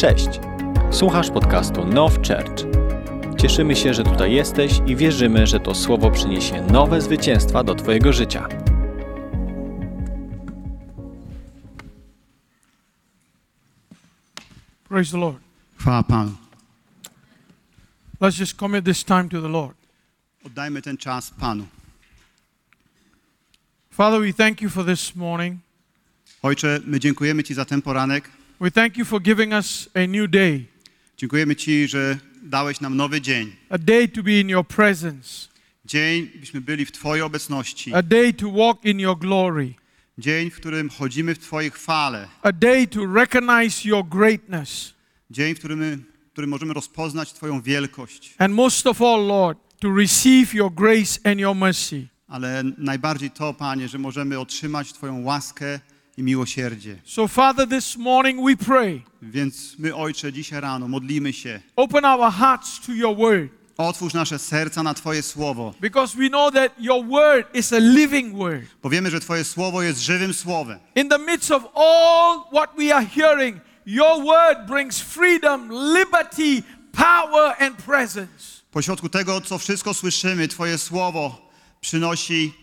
Cześć! Słuchasz podcastu Now Church. Cieszymy się, że tutaj jesteś i wierzymy, że to słowo przyniesie nowe zwycięstwa do Twojego życia. Praise the Lord. Chwała Panu. Let's just commit this time to the Lord. Oddajmy ten czas Panu. Father, we thank you for this morning. Ojcze, my dziękujemy Ci za ten poranek. We thank you for giving us a new day, Dziękujemy Ci, że dałeś nam nowy dzień. a day to be in your presence, Dzień, byśmy byli w Twojej obecności. a day to walk in your glory, Dzień, w którym chodzimy w Twojej chwale. a day to recognize your greatness, Dzień, w którym możemy rozpoznać Twoją wielkość. and most of all, Lord, to receive your grace and your mercy. Ale najbardziej to, Panie, że możemy otrzymać Twoją łaskę i miłosierdzie. So, Father, this morning we pray, Więc my, Ojcze, dzisiaj rano modlimy się. open our hearts to your word, Otwórz nasze serca na Twoje słowo. because we know that your word is a living word. Bo wiemy, że Twoje słowo jest żywym słowem. In the midst of all what we are hearing, your word brings freedom, liberty, power and presence. Pośrodku tego, co wszystko słyszymy, Twoje słowo przynosi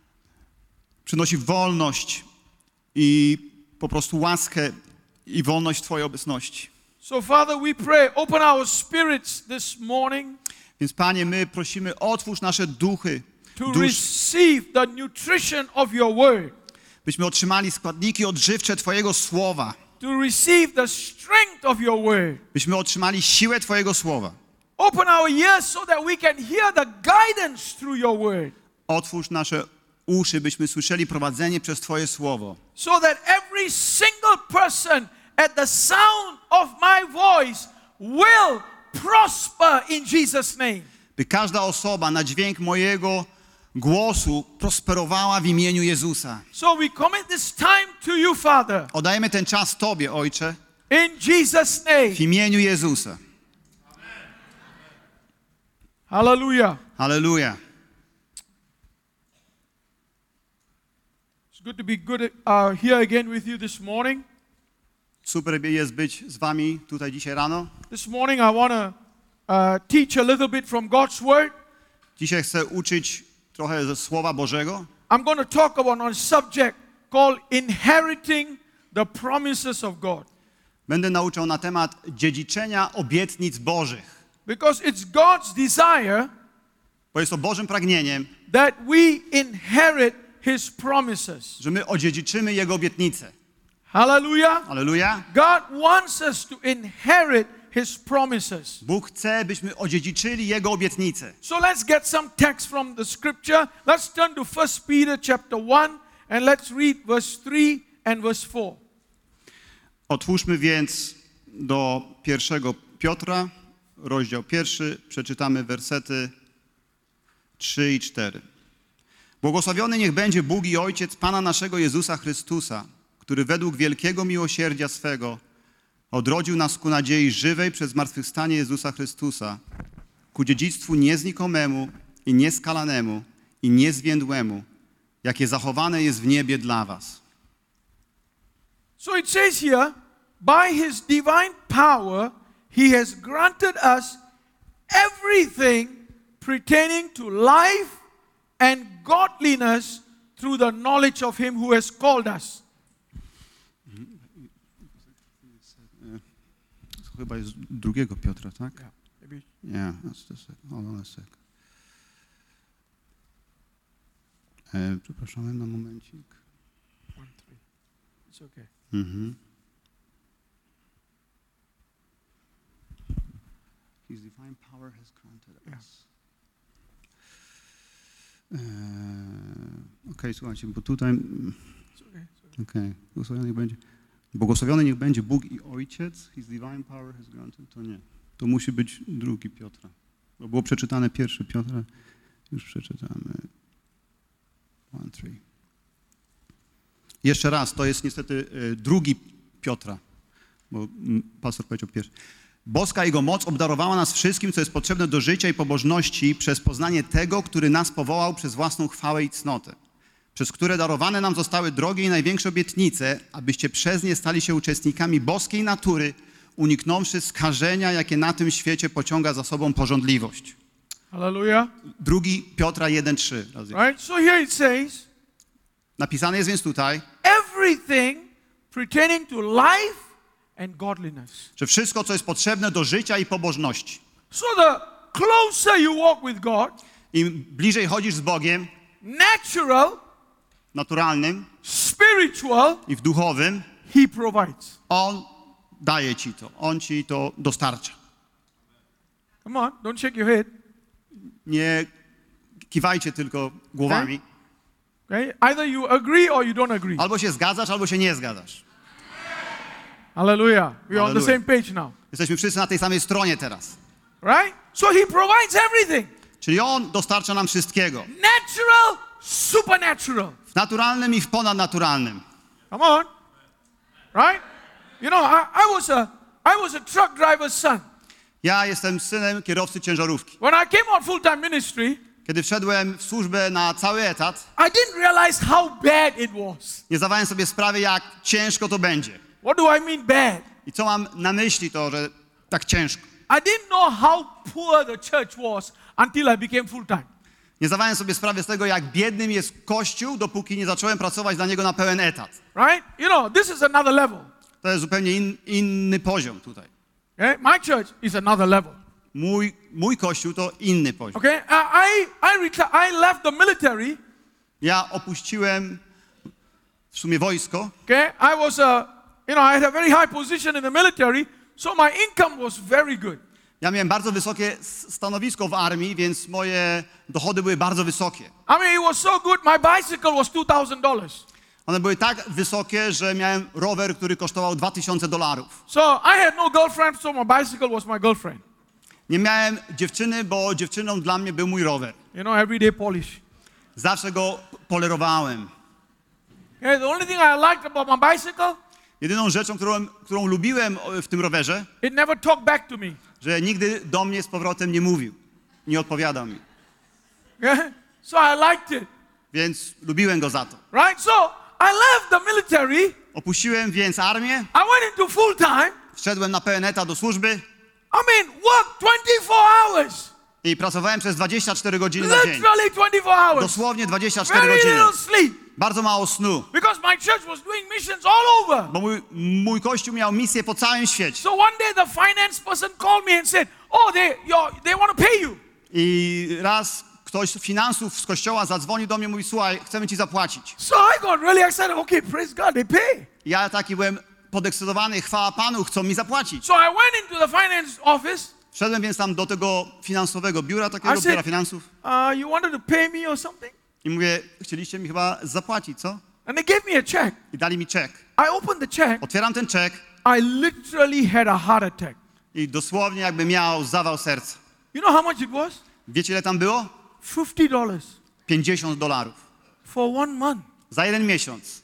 wolność i po prostu łaskę i wolność Twojej obecności. So Father, we pray, open our spirits this morning Więc Panie, my prosimy, otwórz nasze duchy, to receive the nutrition of your word, byśmy otrzymali składniki odżywcze Twojego słowa, to receive the strength of your word. byśmy otrzymali siłę Twojego słowa. Open our ears so that we can hear the guidance through your word, Otwórz nasze uszy, byśmy słyszeli prowadzenie przez Twoje słowo. so that every single person at the sound of my voice will prosper in Jesus' name. By każda osoba na dźwięk mojego głosu prosperowała w imieniu Jezusa. So we commit this time to you, Father, Oddajemy ten czas Tobie, Ojcze, in Jesus' name. w imieniu Jezusa. Hallelujah. Halleluja. It's good to be here again with you this morning. Super jest być z Wami tutaj dzisiaj rano. This morning I want to teach a little bit from God's Word. Dzisiaj chcę uczyć trochę ze Słowa Bożego. I'm going to talk about a subject called inheriting the promises of God. Będę nauczał na temat dziedziczenia obietnic Bożych. Because it's God's desire Bo jest to Bożym pragnieniem, that we inherit His promises. że my odziedziczymy Jego obietnice. Hallelujah. Halleluja. God wants us to inherit His promises. Bóg chce, byśmy odziedziczyli Jego obietnice. So let's get some text from the scripture. Let's turn to 1 Peter chapter 1 and let's read verse 3 and verse 4. Otwórzmy więc do 1 Piotra, rozdział 1, przeczytamy wersety 3 i 4. Błogosławiony niech będzie Bóg i Ojciec Pana naszego Jezusa Chrystusa, który według wielkiego miłosierdzia swego odrodził nas ku nadziei żywej przez zmartwychwstanie Jezusa Chrystusa, ku dziedzictwu nieznikomemu i nieskalanemu i niezwiędłemu, jakie zachowane jest w niebie dla was. So it says here, by His divine power, He has granted us everything pertaining to life and godliness through the knowledge of Him who has called us. Chyba jest 2 Piotra, tak? Yeah. Hold on a sec. Przepraszamy na momencik. 1:3. It's okay. His divine power has granted us. Okej, słuchajcie, bo tutaj... Okej, błogosławiony niech będzie Bóg i Ojciec. His divine power has granted. To nie. To musi być 2 Piotra. Bo było przeczytane 1 Piotra. Już przeczytamy. 1:3. Jeszcze raz, to jest niestety 2 Piotra. Bo pastor powiedział 1. Boska Jego moc obdarowała nas wszystkim, co jest potrzebne do życia i pobożności przez poznanie tego, który nas powołał przez własną chwałę i cnotę. przez które darowane nam zostały drogie i największe obietnice, abyście przez nie stali się uczestnikami boskiej natury, uniknąwszy skażenia, jakie na tym świecie pociąga za sobą pożądliwość. Hallelujah. 2 Piotra 1:3. Right? So here it says, Napisane jest więc tutaj, everything pertaining to life and godliness. że wszystko, co jest potrzebne do życia i pobożności. So the closer you walk with God, Im bliżej chodzisz z Bogiem, natural, naturalnym spiritual, i w duchowym, He provides. On daje ci to. On ci to dostarcza. Come on, don't shake your head. Nie kiwajcie tylko głowami. Okay? Either you agree or you don't agree. Albo się zgadzasz, albo się nie zgadzasz. Hallelujah. We're on the Hallelujah. same page now. Jesteśmy wszyscy na tej samej stronie teraz. Right? So He provides everything. Czyli On dostarcza nam wszystkiego. Natural, supernatural. W naturalnym i w ponadnaturalnym. Come on. Right? You know, I was a truck driver's son. Ja jestem synem kierowcy ciężarówki. When I came out full-time ministry, Kiedy wszedłem w służbę na cały etat, I didn't realize how bad it was. nie zdawałem sobie sprawy, jak ciężko to będzie. What do I mean bad? I co mam na myśli to, że tak ciężko. I didn't know how poor the church was until I became full-time. Nie zdawałem sobie sprawy z tego, jak biednym jest Kościół, dopóki nie zacząłem pracować dla niego na pełen etat. Right? You know, this is another level. To jest zupełnie inny poziom tutaj. Okay? My church is another level. Mój Kościół to inny poziom. Okay? I left the military. Ja opuściłem w sumie wojsko. Okay? I was I had a very high position in the military, so my income was very good. Ja miałem bardzo wysokie stanowisko w armii, więc moje dochody były bardzo wysokie. I mean, it was so good, my bicycle was $2,000. One były tak wysokie, że miałem rower, który kosztował $2,000. So I had no girlfriend, so my bicycle was my girlfriend. Nie miałem dziewczyny, bo dziewczyną dla mnie był mój rower. You know, everyday polish. Zawsze go polerowałem. Okay, the only thing I liked about my bicycle, Jedyną rzeczą, którą lubiłem w tym rowerze, it never talked back to me. że nigdy do mnie z powrotem nie mówił. Nie odpowiadał mi. Okay? So I liked it. Więc lubiłem go za to. Right? So I left the military. Opuściłem więc armię, I went into full time. wszedłem na pełen etat do służby I mean, work 24 hours. i pracowałem przez 24 godziny na dzień. Literally 24 hours. Dosłownie 24 Very godziny. little sleep. Bardzo mało snu. Because my church was doing missions all over. Bo mój kościół miał misję po całym świecie. So one day the finance person called me and said, "Oh, they want to pay you." I raz ktoś z finansów z kościoła zadzwonił do mnie i mówi: słuchaj, chcemy ci zapłacić. So I got really excited. Okay, praise God, they pay. Ja taki byłem podekscytowany, chwała Panu, chcą mi zapłacić. So I went into the finance office. Wszedłem więc tam do tego finansowego biura, takiego biura finansów You wanted to pay me or something? i mówię: chcieliście mi chyba zapłacić, co? And they gave me a check. I dali mi czek. I opened the check. Otwieram ten czek I literally had a heart attack. i dosłownie jakby miał zawał serca. You know how much it was? Wiecie, ile tam było? $50 $50 for 1 month. za 1 miesiąc.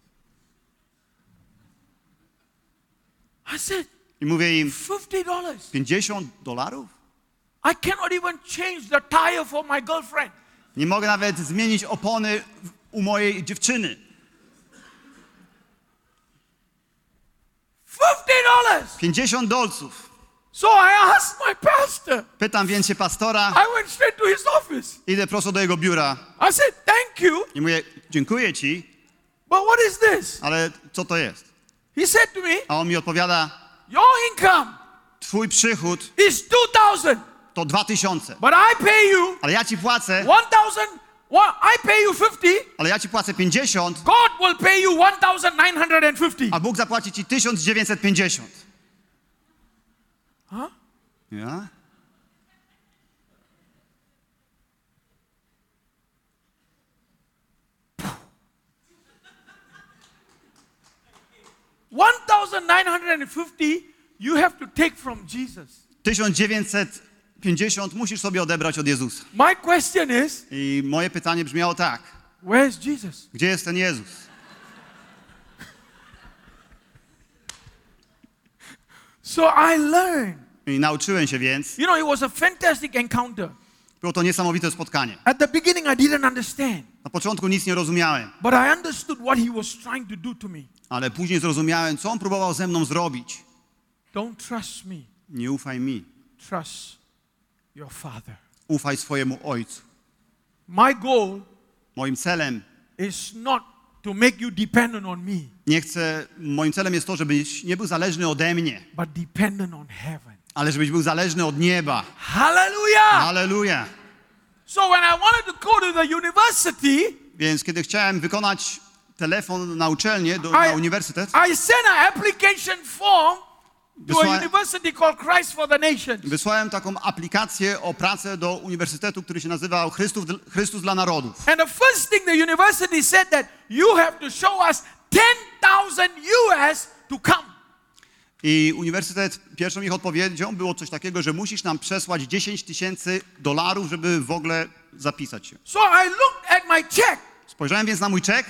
I said, I mówię im: $50. $50? I cannot even change the tire for my girlfriend. Nie mogę nawet zmienić opony u mojej dziewczyny. $50. $50. So I asked my pastor. Pytam więc się pastora, I went straight to his office. idę prosto do jego biura I said, thank you, i mówię: dziękuję ci, but what is this? ale co to jest? He said to me, A on mi odpowiada: your income twój przychód is 2,000, to 2000, but I pay you ale ja ci płacę, 1,000. I pay you 50. ale ja ci płacę 50, God will pay you 1,950. a Bóg zapłaci ci 1950. Huh? Ja? $1,950 you have to take from Jesus. 1950 musisz sobie odebrać od Jezusa. My question is, I moje pytanie brzmiało tak: where's Jesus? gdzie jest ten Jezus? So I learned. I nauczyłem się więc. You know, it was a fantastic encounter. Było to niesamowite spotkanie. At the beginning, I didn't understand, Na początku nic nie rozumiałem, but I understood what he was trying to do to me. ale później zrozumiałem, co on próbował ze mną zrobić. Don't trust me. Nie ufaj mi. Trust your Father. Ufaj swojemu Ojcu. My goal Moim celem is not to make you dependent on me, moim celem jest to, żebyś nie był zależny ode mnie, but dependent on heaven. ale żebyś był zależny od nieba. Hallelujah! Halleluja. So when I wanted to go to the university, Więc kiedy chciałem wykonać telefon na uczelnię, na uniwersytet, I sent an application form to a Wysłałem- university called Christ for the Nations. wysłałem taką aplikację o pracę do uniwersytetu, który się nazywał Chrystus dla Narodów. And the first thing the university said that you have to show us 10,000 US to come. I uniwersytet, pierwszą ich odpowiedzią było coś takiego, że musisz nam przesłać $10,000, żeby w ogóle zapisać się. So I looked at my check. Spojrzałem więc na mój czek.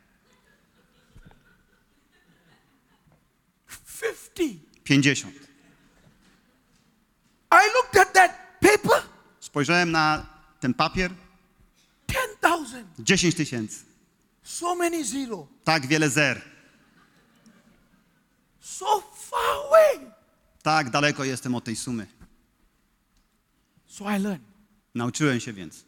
50. I looked at that paper. Spojrzałem na ten papier. 10,000. 10,000. So many zero. Tak wiele zer. So far away. Tak daleko jestem od tej sumy. So I learned Nauczyłem się więc.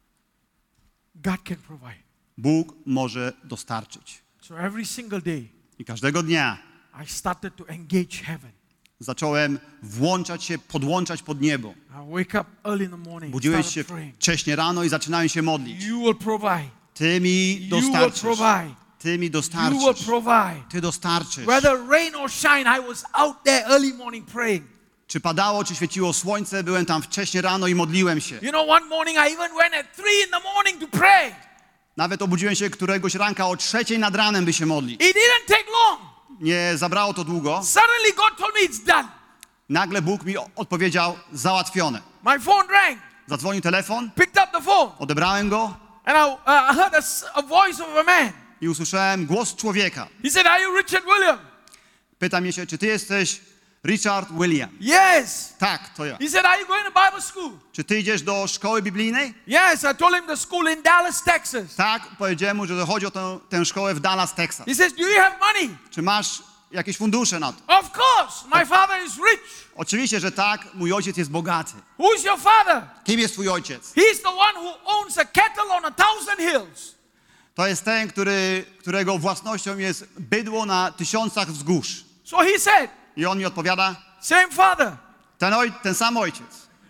God can provide. Bóg może dostarczyć. So every single day I każdego dnia I started to engage heaven. zacząłem włączać się, podłączać pod niebo. I wake up early in the morning. Budziłem się Started praying. wcześnie rano i zaczynałem się modlić. You will provide. Ty mi You will dostarczysz. provide. Ty mi You will dostarczysz. provide. Ty dostarczysz. Whether rain or shine, I was out there early morning praying. Czy padało, czy świeciło słońce, byłem tam wcześnie rano i modliłem się. You know, one morning I even went at 3 in the morning to pray. Nawet obudziłem się któregoś ranka o 3:00 nad ranem, by się modlić. It didn't take long. Nie zabrało to długo. Suddenly God told me it's done. Nagle Bóg mi odpowiedział, załatwione. My phone rang. Zadzwonił telefon, Picked up the phone. odebrałem go And I heard a voice of a man. i usłyszałem głos człowieka. He said, "Are you Richard William?" Pyta mnie się, czy ty jesteś Richard William? Yes. Tak, to ja. He said, "Are you going to Bible school?" Czy ty idziesz do szkoły biblijnej? Yes. I told him the school in Dallas, Texas. Tak, powiedziałem mu, że chodzi o tę szkołę w Dallas, Texas. He says, "Do you have money?" Czy masz jakieś fundusze na to? Of course. My father is rich. Oczywiście, że tak, mój ojciec jest bogaty. Who's your father? Kim jest twój ojciec? He's the one who owns a cattle on 1,000 hills. To jest ten, którego własnością jest bydło na 1000 wzgórz. So he said, I on mi odpowiada, same father. ten sam ojciec.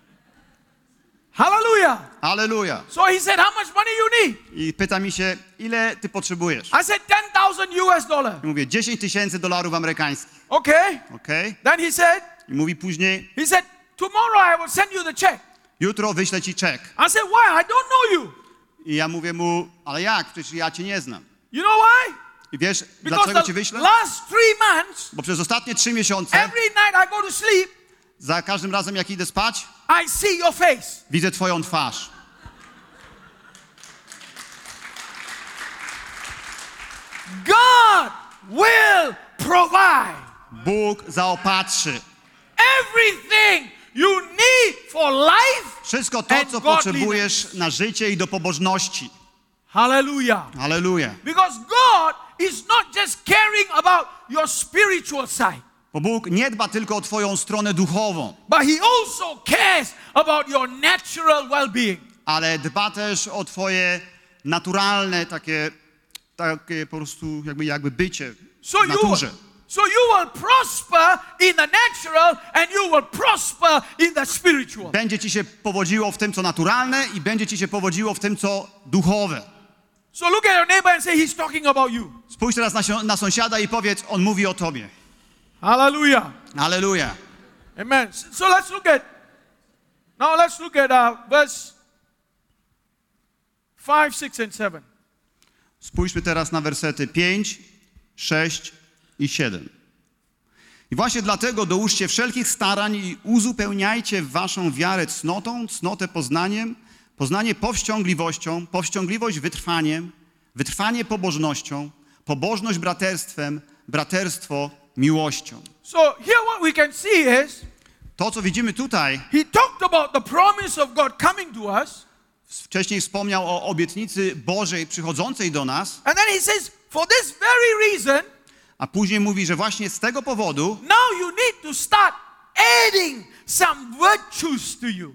Hallelujah. Halleluja. So he said, how much money you need? I pyta mi się, ile ty potrzebujesz? I said, 10,000 US dollar. I mówię, $10,000 amerykańskich. Okay. Okej? Then he said, I mówi później, tomorrow I will send you the check. jutro wyślę ci czek. I said, why? I don't know you. I ja mówię mu, ale jak? Przecież ja cię nie znam. You know why? I wiesz, Because dlaczego ci the wyślę? last 3 months, Bo przez ostatnie 3 miesiące, every night I go to sleep, za każdym razem jak idę spać, I see your face. widzę twoją twarz. God will provide Bóg zaopatrzy. everything you need for life. Wszystko to, And co godliness. potrzebujesz na życie i do pobożności. Hallelujah. Halleluja. Because God is not just caring about your spiritual side, Bo Bóg nie dba tylko o twoją stronę duchową, but He also cares about your natural well-being. ale dba też o twoje naturalne takie po prostu jakby bycie w naturze. So you will prosper in the natural and you will prosper in the spiritual. Będzie ci się powodziło w tym, co naturalne i będzie ci się powodziło w tym, co duchowe. So look at your neighbor and say, he's talking about you. Spójrz teraz na sąsiada i powiedz, on mówi o tobie. Hallelujah. Halleluja. Amen. So let's look at verse 5, 6 and 7. Spójrzmy teraz na wersety 5, 6 i 7. I właśnie dlatego dołóżcie wszelkich starań i uzupełniajcie waszą wiarę cnotą, cnotę poznaniem, poznanie powściągliwością, powściągliwość wytrwaniem, wytrwanie pobożnością, pobożność braterstwem, braterstwo miłością. So here what we can see is, To, co widzimy tutaj, he talked about the promise of God coming to us. wcześniej wspomniał o obietnicy Bożej przychodzącej do nas, And then he says, for this very reason, a później mówi, że właśnie z tego powodu now you need to start adding some virtues to you.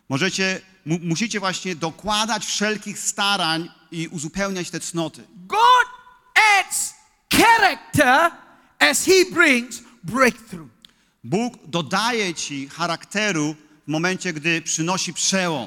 Musicie właśnie dokładać wszelkich starań i uzupełniać te cnoty. God adds character as He brings breakthrough. Bóg dodaje ci charakteru w momencie, gdy przynosi przełom.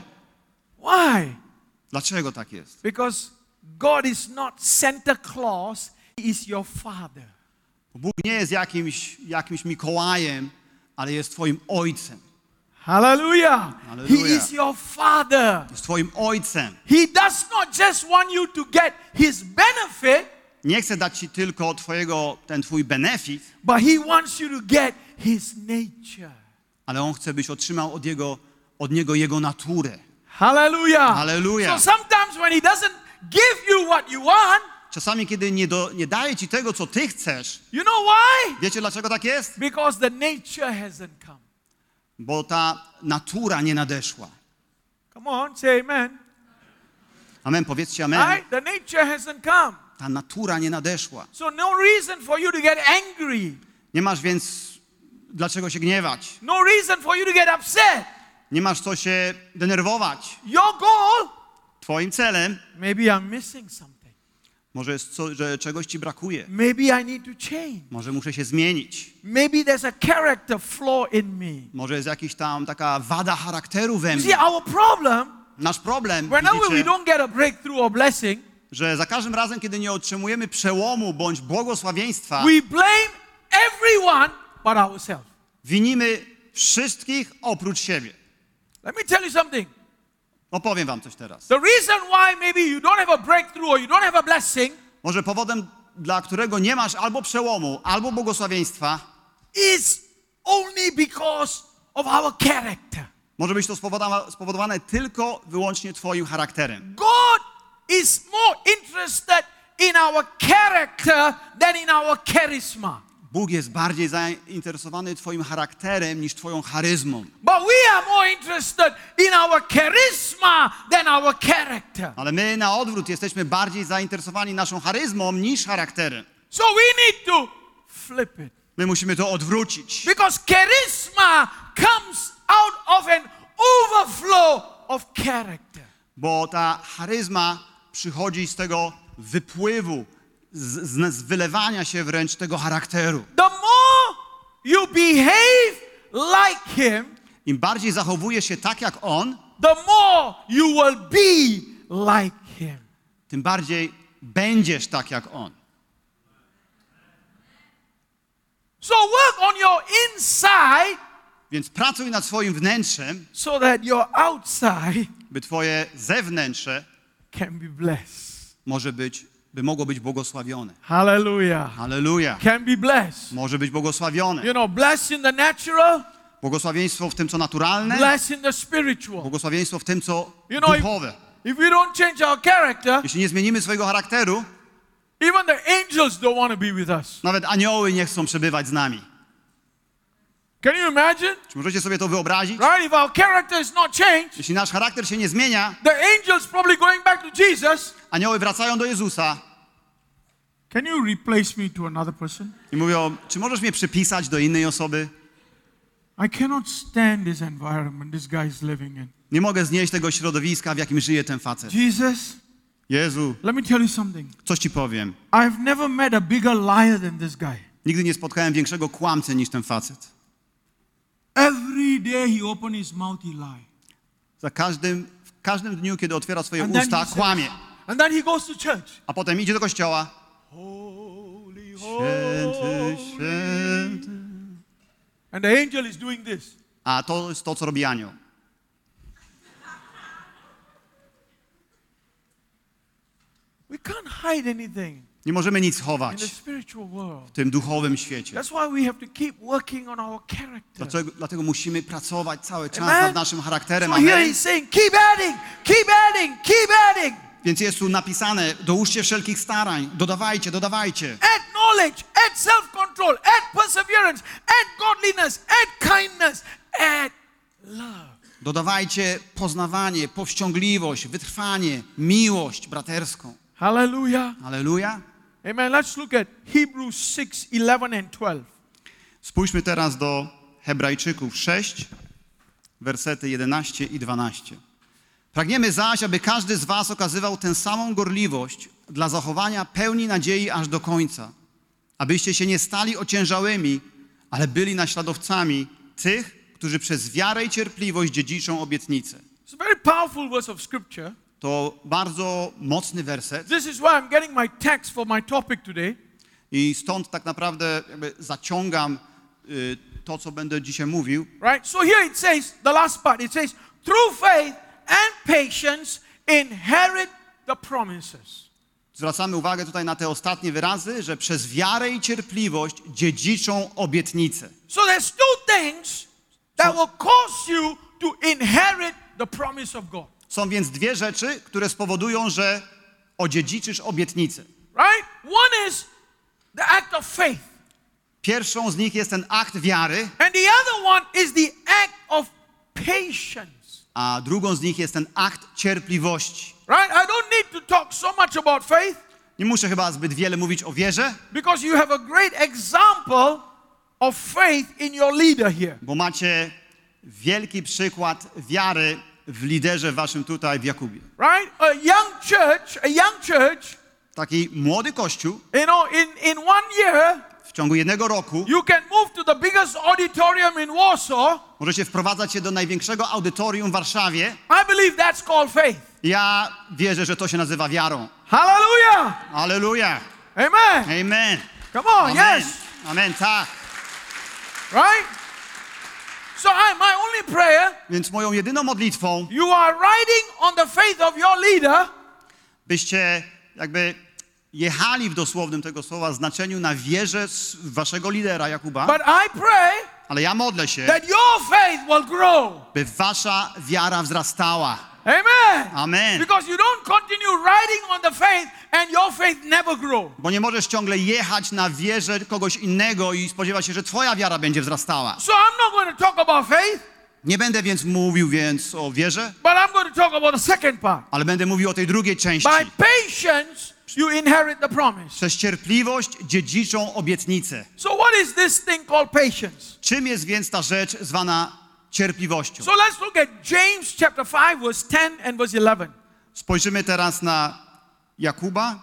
Why? Dlaczego tak jest? Because God is not Santa Claus, He is your Father. Bóg nie jest jakimś Mikołajem, ale jest twoim ojcem. Hallelujah. Hallelujah. He is your Father. Jest twoim ojcem. He does not just want you to get His benefit, Nie chce dać ci tylko ten twój benefit, but He wants you to get His nature. ale On chce, byś otrzymał od Niego Jego naturę. Hallelujah. Hallelujah. So sometimes when He doesn't give you what you want, Czasami, kiedy nie daje ci tego, co ty chcesz, you know why? wiecie dlaczego tak jest? Because the nature hasn't come. Bo ta natura nie nadeszła. Come on, say amen. Amen, powiedzcie amen. Right? The nature hasn't come. Ta natura nie nadeszła. So no reason for you to get angry. Nie masz więc dlaczego się gniewać. No reason for you to get upset. Nie masz co się denerwować. Your goal, Twoim celem maybe I'm missing something. może jest że czegoś ci brakuje. Maybe I need to change. Może muszę się zmienić. Maybe there's a character flaw in me. Może jest jakiś tam taka wada charakteru we You see, mnie. our problem, Nasz problem, whenever we widzicie, don't get a breakthrough or blessing, że za każdym razem, kiedy nie otrzymujemy przełomu bądź błogosławieństwa, we blame everyone but ourselves. winimy wszystkich oprócz siebie. Let me tell you something. Opowiem wam coś teraz. The reason why maybe you don't have a breakthrough or you don't have a blessing Może powodem, dla którego nie masz albo przełomu, albo błogosławieństwa, is only because of our character. może być to spowodowane tylko wyłącznie twoim charakterem. God is more interested in our character than in our charisma. Bóg jest bardziej zainteresowany twoim charakterem niż twoją charyzmą. But we are more interested in our charisma than our character. Ale my na odwrót jesteśmy bardziej zainteresowani naszą charyzmą niż charakterem. So we need to flip it. My musimy to odwrócić. Because charisma comes out of an overflow of character. Bo ta charyzma przychodzi z tego wypływu, z wylewania się wręcz tego charakteru. The more you behave like Him, Im bardziej zachowujesz się tak jak On, the more you will be like Him. tym bardziej będziesz tak jak On. So work on your inside Więc pracuj nad swoim wnętrzem, so that your outside by twoje zewnętrze can be blessed. by mogło być błogosławione. Hallelujah. Halleluja. Can be blessed. Może być błogosławione. You know, blessed in the natural, Błogosławieństwo w tym, co naturalne, blessed in the spiritual. błogosławieństwo w tym, co You know, duchowe. if we don't change our character, Jeśli nie zmienimy swojego charakteru, even the angels don't want to be with us. nawet anioły nie chcą przebywać z nami. Can you imagine? Czy możecie sobie to wyobrazić? Right? If our character is not changed, Jeśli nasz charakter się nie zmienia, the angels probably going back to Jesus. anioły wracają do Jezusa Can you replace me to another person? i mówią, czy możesz mnie przypisać do innej osoby? I cannot stand this environment this guy is living in. Nie mogę znieść tego środowiska, w jakim żyje ten facet. Jesus, Jezu, let me tell you something. coś ci powiem. I've never met a bigger liar than this guy. Nigdy nie spotkałem większego kłamcę niż ten facet. Every day he opened his mouth, he lie. W każdym dniu, kiedy otwiera swoje And then usta, he says- kłamie. And then he goes to church. A potem idzie do kościoła. Holy, Święty, święty. And the angel is doing this. A to jest to, co robi anioł. We can't hide anything Nie możemy nic in the chować spiritual world. w tym duchowym świecie. That's why we have to keep working on our character. Dlatego musimy pracować cały czas Amen. nad naszym charakterem. So here Amen. he's saying, keep adding, keep adding, keep adding. Więc jest tu napisane, dołóżcie wszelkich starań, dodawajcie, dodawajcie. Add knowledge, add self-control, add perseverance, add godliness, add kindness, add love. Dodawajcie poznawanie, powściągliwość, wytrwanie, miłość braterską. Hallelujah. Halleluja. Amen. Let's look at Hebrews 6, 11 and 12. Spójrzmy teraz do Hebrajczyków 6, wersety 11 i 12. Pragniemy zaś, aby każdy z was okazywał tę samą gorliwość dla zachowania pełni nadziei aż do końca, abyście się nie stali ociężałymi, ale byli naśladowcami tych, którzy przez wiarę i cierpliwość dziedziczą obietnicę. It's a very powerful verse of scripture. To bardzo mocny werset This is why I'm getting my text for my topic today. i stąd tak naprawdę jakby zaciągam to, co będę dzisiaj mówił. Right? So here it says, the last part, it says, through faith and patience inherit the promises. Zwracamy uwagę tutaj na te ostatnie wyrazy, że przez wiarę i cierpliwość dziedziczą obietnicę. So there's two things that will cause you to inherit the promise of God. Są więc dwie rzeczy, które spowodują, że odziedziczysz obietnicę. Right? One is the act of faith. Pierwszą z nich jest ten akt wiary, And the other one is the act of patience. a drugą z nich jest ten akt cierpliwości. Right? I don't need to talk so much about faith Nie muszę chyba zbyt wiele mówić o wierze, because you have a great example of faith in your leader here. bo macie wielki przykład wiary w liderze waszym tutaj w Jakubie. Right? A young church, Taki młody kościół you know, in 1 year, w ciągu jednego roku you can move to the biggest auditorium in Warsaw. możecie wprowadzać się do największego audytorium w Warszawie. I believe that's called faith. Ja wierzę, że to się nazywa wiarą. Hallelujah. Alleluja. Amen. Amen. Come on, Amen. yes. Amen, tak. Right? So my only prayer, Więc moją jedyną modlitwą, you are riding on the faith of your leader, byście jakby jechali w dosłownym tego słowa znaczeniu na wierze waszego lidera Jakuba, but I pray ale ja modlę się, that your faith will grow. by wasza wiara wzrastała. Amen. Amen. Because you don't continue riding on the faith and your faith never grow. Bo nie możesz ciągle jechać na wierze kogoś innego i spodziewać się, że twoja wiara będzie wzrastała. So I'm not going to talk about faith, Nie będę więc mówił o wierze, but I'm going to talk about the second part. ale będę mówił o tej drugiej części. By patience, you inherit the promise. Przez cierpliwość dziedziczą obietnicę. So what is this thing called patience? Czym jest więc ta rzecz zwana cierpliwością? So let's look at James chapter 5 verse 10 and verse 11. Spojrzymy teraz na Jakuba,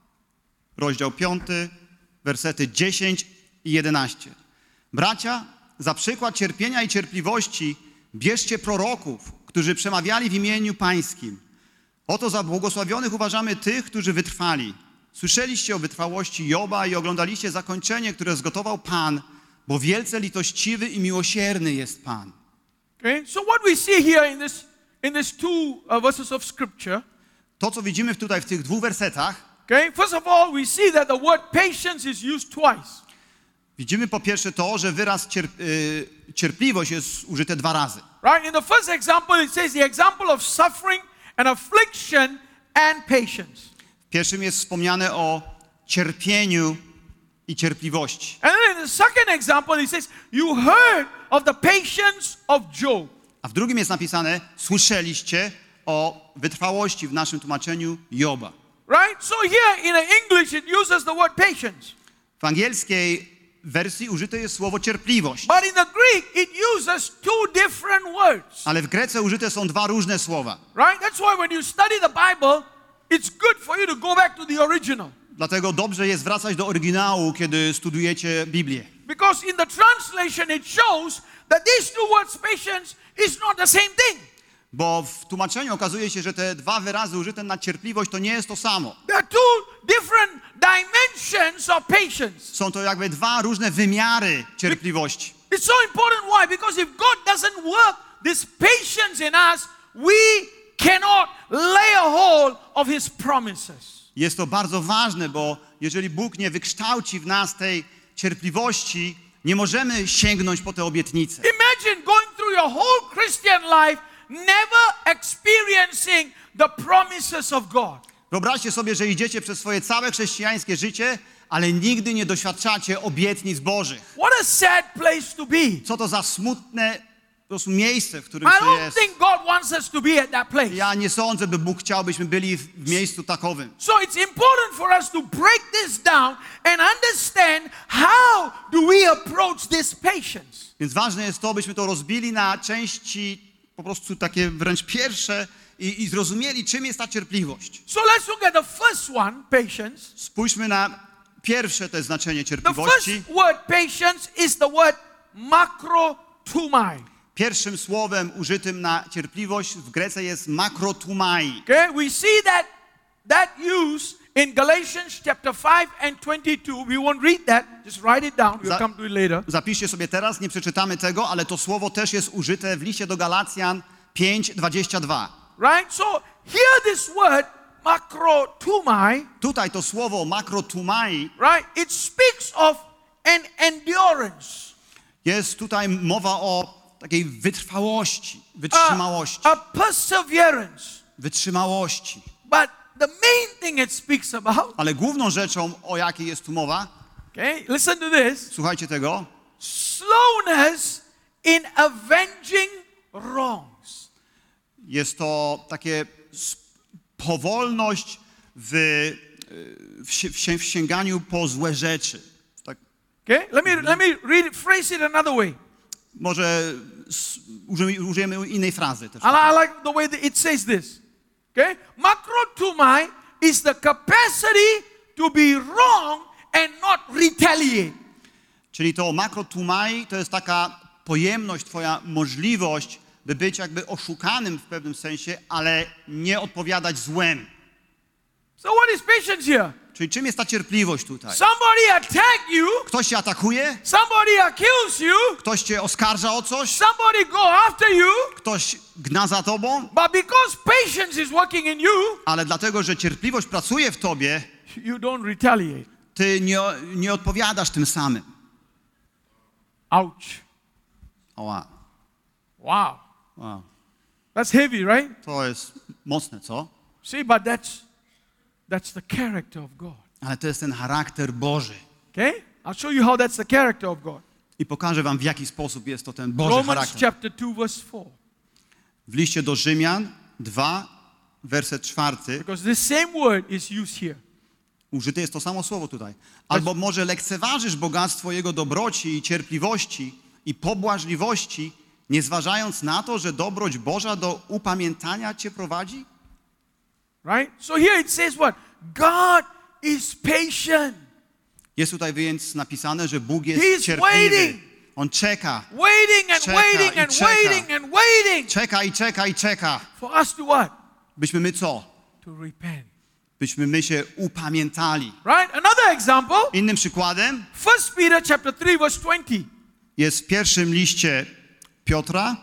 rozdział 5, wersety 10 i 11. Bracia, za przykład cierpienia i cierpliwości bierzcie proroków, którzy przemawiali w imieniu Pańskim. Oto za błogosławionych uważamy tych, którzy wytrwali. Słyszeliście o wytrwałości Joba i oglądaliście zakończenie, które zgotował Pan, bo wielce litościwy i miłosierny jest Pan. Okay? So what we see here in this two verses of scripture, To, co widzimy tutaj w tych dwóch wersetach, okay? First of all, we see that the word patience is used twice. widzimy po pierwsze to, że wyraz cierpliwość jest użyte 2 razy. Right? In the first example, it says the example of suffering and affliction and patience. W pierwszym jest wspomniane o cierpieniu i cierpliwości. And then in the second example, it says, you heard of the patience of Job. A w drugim jest napisane, słyszeliście o wytrwałości w naszym tłumaczeniu Joba. Right? So here in English, it uses the word patience. W angielskiej wersji użyte jest słowo cierpliwość, But in the Greek, it uses two different words. ale w Grece użyte są 2 różne słowa. Right? That's why when you study the Bible, it's good for you to go back to the original. Dlatego dobrze jest wracać do oryginału, kiedy studujecie Biblię. Because in the translation, it shows that these two words, patience, is not the same thing. Bo w tłumaczeniu okazuje się, że te 2 wyrazy użyte na cierpliwość to nie jest to samo. There are two different dimensions of patience. Są to jakby 2 różne wymiary cierpliwości. It's so important. Why? Because if God doesn't work this patience in us, we cannot lay a hold of His promises. Jest to bardzo ważne, bo jeżeli Bóg nie wykształci w nas tej cierpliwości, nie możemy sięgnąć po te obietnice. Imagine going through your whole Christian life never experiencing the promises of God. Wyobraźcie sobie, że idziecie przez swoje całe chrześcijańskie życie, ale nigdy nie doświadczacie obietnic Bożych. What a sad place to be. Co to za smutne po prostu miejsce, w którym I się don't jest. think God wants us to be at that place. Ja nie sądzę, by Bóg chciał, byśmy byli w miejscu takowym. So it's important for us to break this down and understand how do we approach this patience. Więc ważne jest to, byśmy to rozbili na części po prostu takie wręcz pierwsze i zrozumieli, czym jest ta cierpliwość. So let's look at the first one, patience. Spójrzmy na pierwsze to znaczenie The cierpliwości. first word patience is the word makrotumai. Pierwszym słowem użytym na cierpliwość w Grece jest makrotumai. Okay, we see that use in Galatians chapter 5 and 22. We won't read that, just write it down. We'll come to it later. Zapiszcie sobie teraz, nie przeczytamy tego, ale to słowo też jest użyte w liście do Galacjan 5:22. Right? So here this word makrotumai, Tutaj to słowo makrotumai right? It speaks of an endurance. jest tutaj mowa o takiej wytrwałości, wytrzymałości, A perseverance. wytrzymałości. But the main thing it speaks about, Ale główną rzeczą, o jakiej jest tu mowa, okay, listen to this, słuchajcie tego, slowness in avenging wrongs. jest to takie powolność w sięganiu po złe rzeczy. Tak, Okay, let me read it, phrase it another way. może użyjemy innej frazy też. And I like the way that it says this. Okay, makrotumai is the capacity to be wrong and not retaliate. Czyli to makrotumai to jest taka pojemność, twoja możliwość, by być jakby oszukanym w pewnym sensie, ale nie odpowiadać złem. So what is patience here? Czyli czym jest ta cierpliwość tutaj? Somebody attack you, Ktoś cię atakuje, somebody accuse you, ktoś cię oskarża o coś, somebody go after you, ktoś gna za tobą, but because patience is working in you, ale dlatego, że cierpliwość pracuje w tobie, you don't retaliate. ty nie odpowiadasz tym samym. Ouch. Oła. Wow. Wow. That's heavy, right? To jest mocne, co? See, but that's the character of God. Ale to jest ten charakter Boży. Okay? I'll show you how that's the character of God. I pokażę wam, w jaki sposób jest to ten Boży Romans charakter. chapter 2 verse 4. W liście do Rzymian 2, werset 4, Because this same word is used here. użyte jest to samo słowo tutaj. Albo może lekceważysz bogactwo Jego dobroci i cierpliwości i pobłażliwości, nie zważając na to, że dobroć Boża do upamiętania cię prowadzi? Right? So here it says what? God is patient. Jest tutaj więc napisane, że Bóg He jest is cierpliwy. waiting. On czeka, Waiting and Czeka waiting i and czeka. waiting and waiting czeka i czeka i czeka. for us to what? Byśmy my co? To repent. Byśmy my się upamiętali. Right? Another example, Innym przykładem 1 Peter chapter 3 verse 20. jest w pierwszym liście Piotra,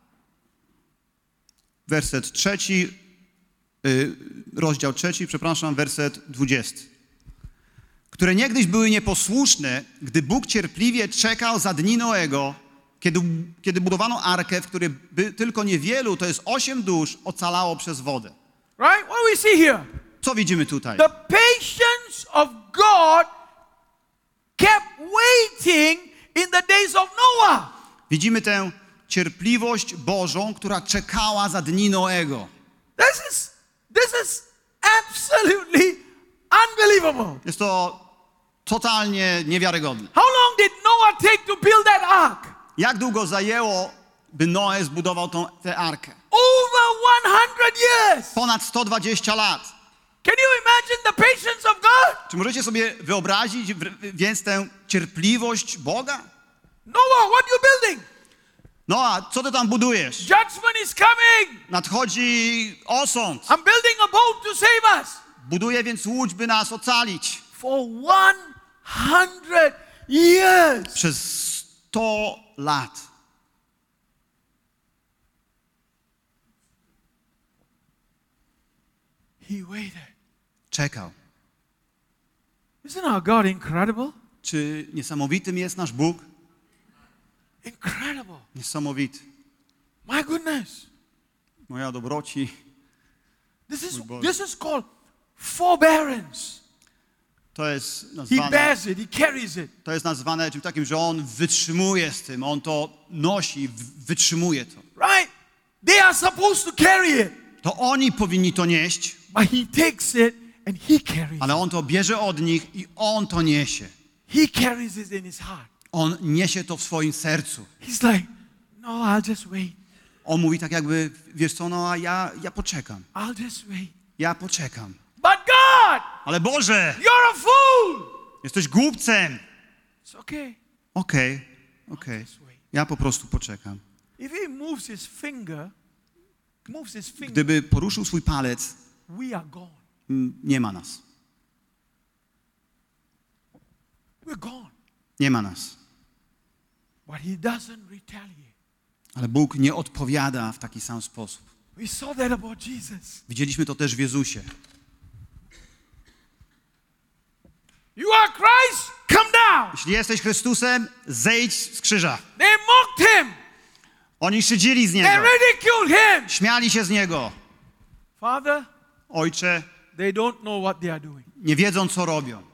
werset 3, rozdział 3, werset 20. Które niegdyś były nieposłuszne, gdy Bóg cierpliwie czekał za dni Noego, kiedy budowano arkę, w której tylko niewielu, to jest 8 dusz, ocalało przez wodę. Right? What do we see here? Co widzimy tutaj? The patience of God kept waiting in the days of Noah. Widzimy tę cierpliwość Bożą, która czekała za dni Noego. This is absolutely unbelievable. Jest to totalnie niewiarygodne. How long did Noah take to build that ark? Jak długo zajęło, by Noe zbudował tę arkę? Over 100 years. Ponad 120 lat. Can you imagine the patience of God? Czy możecie sobie wyobrazić więc tę cierpliwość Boga? Noah, what you building? No a co ty tam budujesz? Judgment is coming. Nadchodzi osąd. I'm building a boat to save us. Buduję więc łódź, by nas ocalić. For 100 years. Przez 100 lat. He waited. Czekał. Isn't our God incredible? Czy niesamowitym jest nasz Bóg? Incredible. Niesamowity. My goodness. Moja dobroci. This is called forbearance. To jest He nazwane, bears it. He carries it. to jest nazwane czymś takim, że on wytrzymuje z tym, on to nosi, wytrzymuje to. Right? They are supposed to carry it. To oni powinni to nieść, But he takes it and he carries ale it. on to bierze od nich i on to niesie. He carries it in his heart. On niesie to w swoim sercu. He's like, no, I'll just wait. On mówi tak jakby, wiesz co, no a ja poczekam. I'll just wait. Ja poczekam. But God, Ale Boże, you're a fool. jesteś głupcem. It's okay. Okej. Just wait. Ja po prostu poczekam. If he moves his finger, Gdyby poruszył swój palec, we are gone. nie ma nas. We're gone. Nie ma nas. But he doesn't retaliate. Ale Bóg nie odpowiada w taki sam sposób. We saw that about Jesus. Widzieliśmy to też w Jezusie. You are Christ, come down. Jeśli jesteś Chrystusem, zejdź z krzyża. They mocked him. Oni szydzili z They Niego. ridiculed him. Śmiali się z Niego. Father, Ojcze, they don't know what they are doing. nie wiedzą, co robią.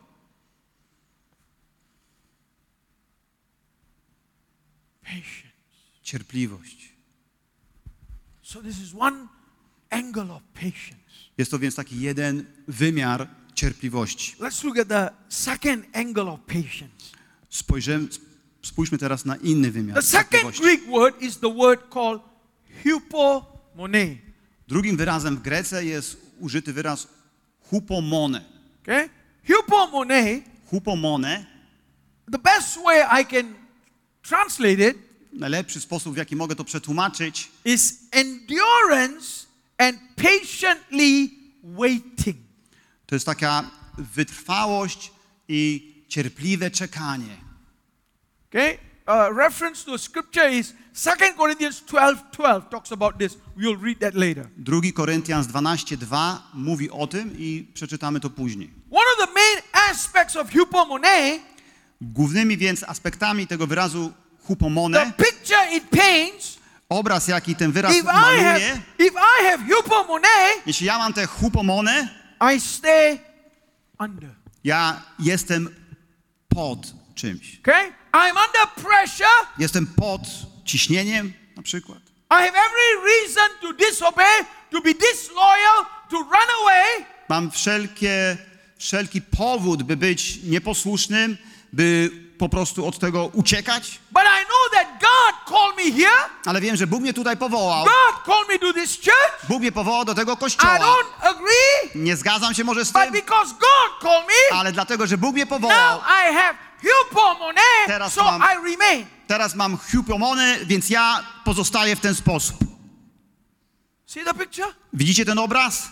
Patience. Cierpliwość. So this is one angle of patience. Jest to więc taki jeden wymiar cierpliwości. Let's look at the second angle of patience. Spójrzmy teraz na inny wymiar The second cierpliwości. Greek word is the word called hypomone. Drugim wyrazem w Grece jest użyty wyraz hupomone. Okay? Hypomone, Hupomone, the best way I can translate it najlepszy sposób, w jaki mogę to przetłumaczyć, is endurance and patiently waiting. to jest taka wytrwałość i cierpliwe czekanie. Okay? Reference to scripture is 2 Corinthians 12:12 talks about this. We'll read that later. 2 Koryntian 12:2 mówi o tym i przeczytamy to później. One of the main aspects of hypomone, Głównymi więc aspektami tego wyrazu the hupomone, picture it paints, obraz jaki ten wyraz if maluje, I have hypomone, jeśli ja mam te hupomone, I stay under. ja jestem pod czymś. Okay? I'm under pressure. Jestem pod ciśnieniem na przykład. I have every reason to disobey, to be disloyal, to run away. Mam wszelki powód, by być nieposłusznym, by po prostu od tego uciekać, But I know that God called me here. ale wiem, że Bóg mnie tutaj powołał. God called me to this church. Bóg mnie powołał do tego I kościoła. don't agree, Nie zgadzam się może z but tym, because God called me, ale dlatego, że Bóg mnie now powołał, I have hypomone, Teraz so mam- I remain. teraz mam hupomony, więc ja pozostaję w ten sposób. See the picture? Widzicie ten obraz?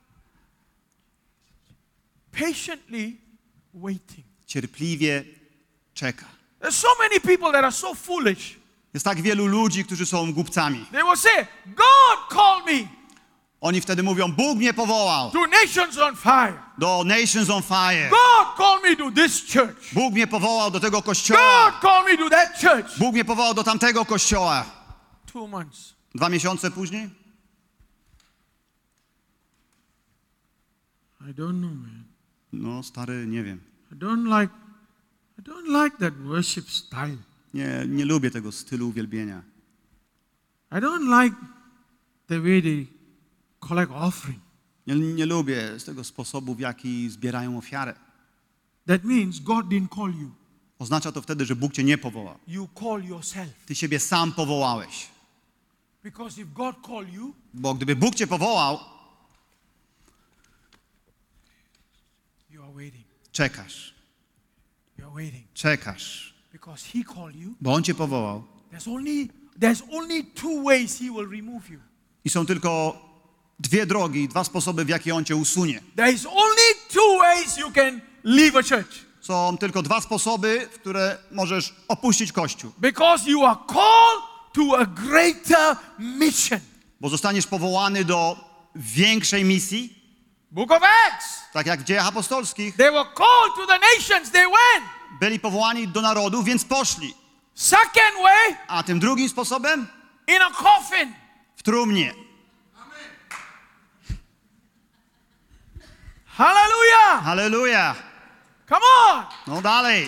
Patiently waiting. Cierpliwie czeka. There's so many people that are so foolish. Jest tak wielu ludzi, którzy są głupcami. They will say, God called me Oni wtedy mówią, Bóg mnie powołał to Nations on Fire. do Nations on Fire. God called me to this church. Bóg mnie powołał do tego kościoła. God called me to that church. Bóg mnie powołał do tamtego kościoła. 2 months. 2 miesiące później? I don't know, man. No, stary, nie wiem. I don't like that worship style. Nie lubię tego stylu uwielbienia. I don't like the way they collect offering. Nie lubię z tego sposobu, w jaki zbierają ofiarę. That means God didn't call you. Oznacza to wtedy, że Bóg cię nie powołał. You call yourself. Ty siebie sam powołałeś. Because if God called you, Bo gdyby Bóg cię powołał, you are waiting. czekasz. You are waiting. Czekasz. Because He called you. Bo On cię powołał. There's only 2 ways He will remove you. I są tylko 2 drogi, 2 sposoby, w jakie On cię usunie. There is only 2 ways you can leave a church. Są tylko 2 sposoby, w które możesz opuścić Kościół. Because you are called to a greater mission. Bo zostaniesz powołany do większej misji, Book of Acts. tak jak w Dziejach Apostolskich. They were called to the nations. They went. Byli powołani do narodu, więc poszli. Second way, A tym drugim sposobem? in a coffin. W trumnie. Hallelujah. Halleluja! Come on. No dalej.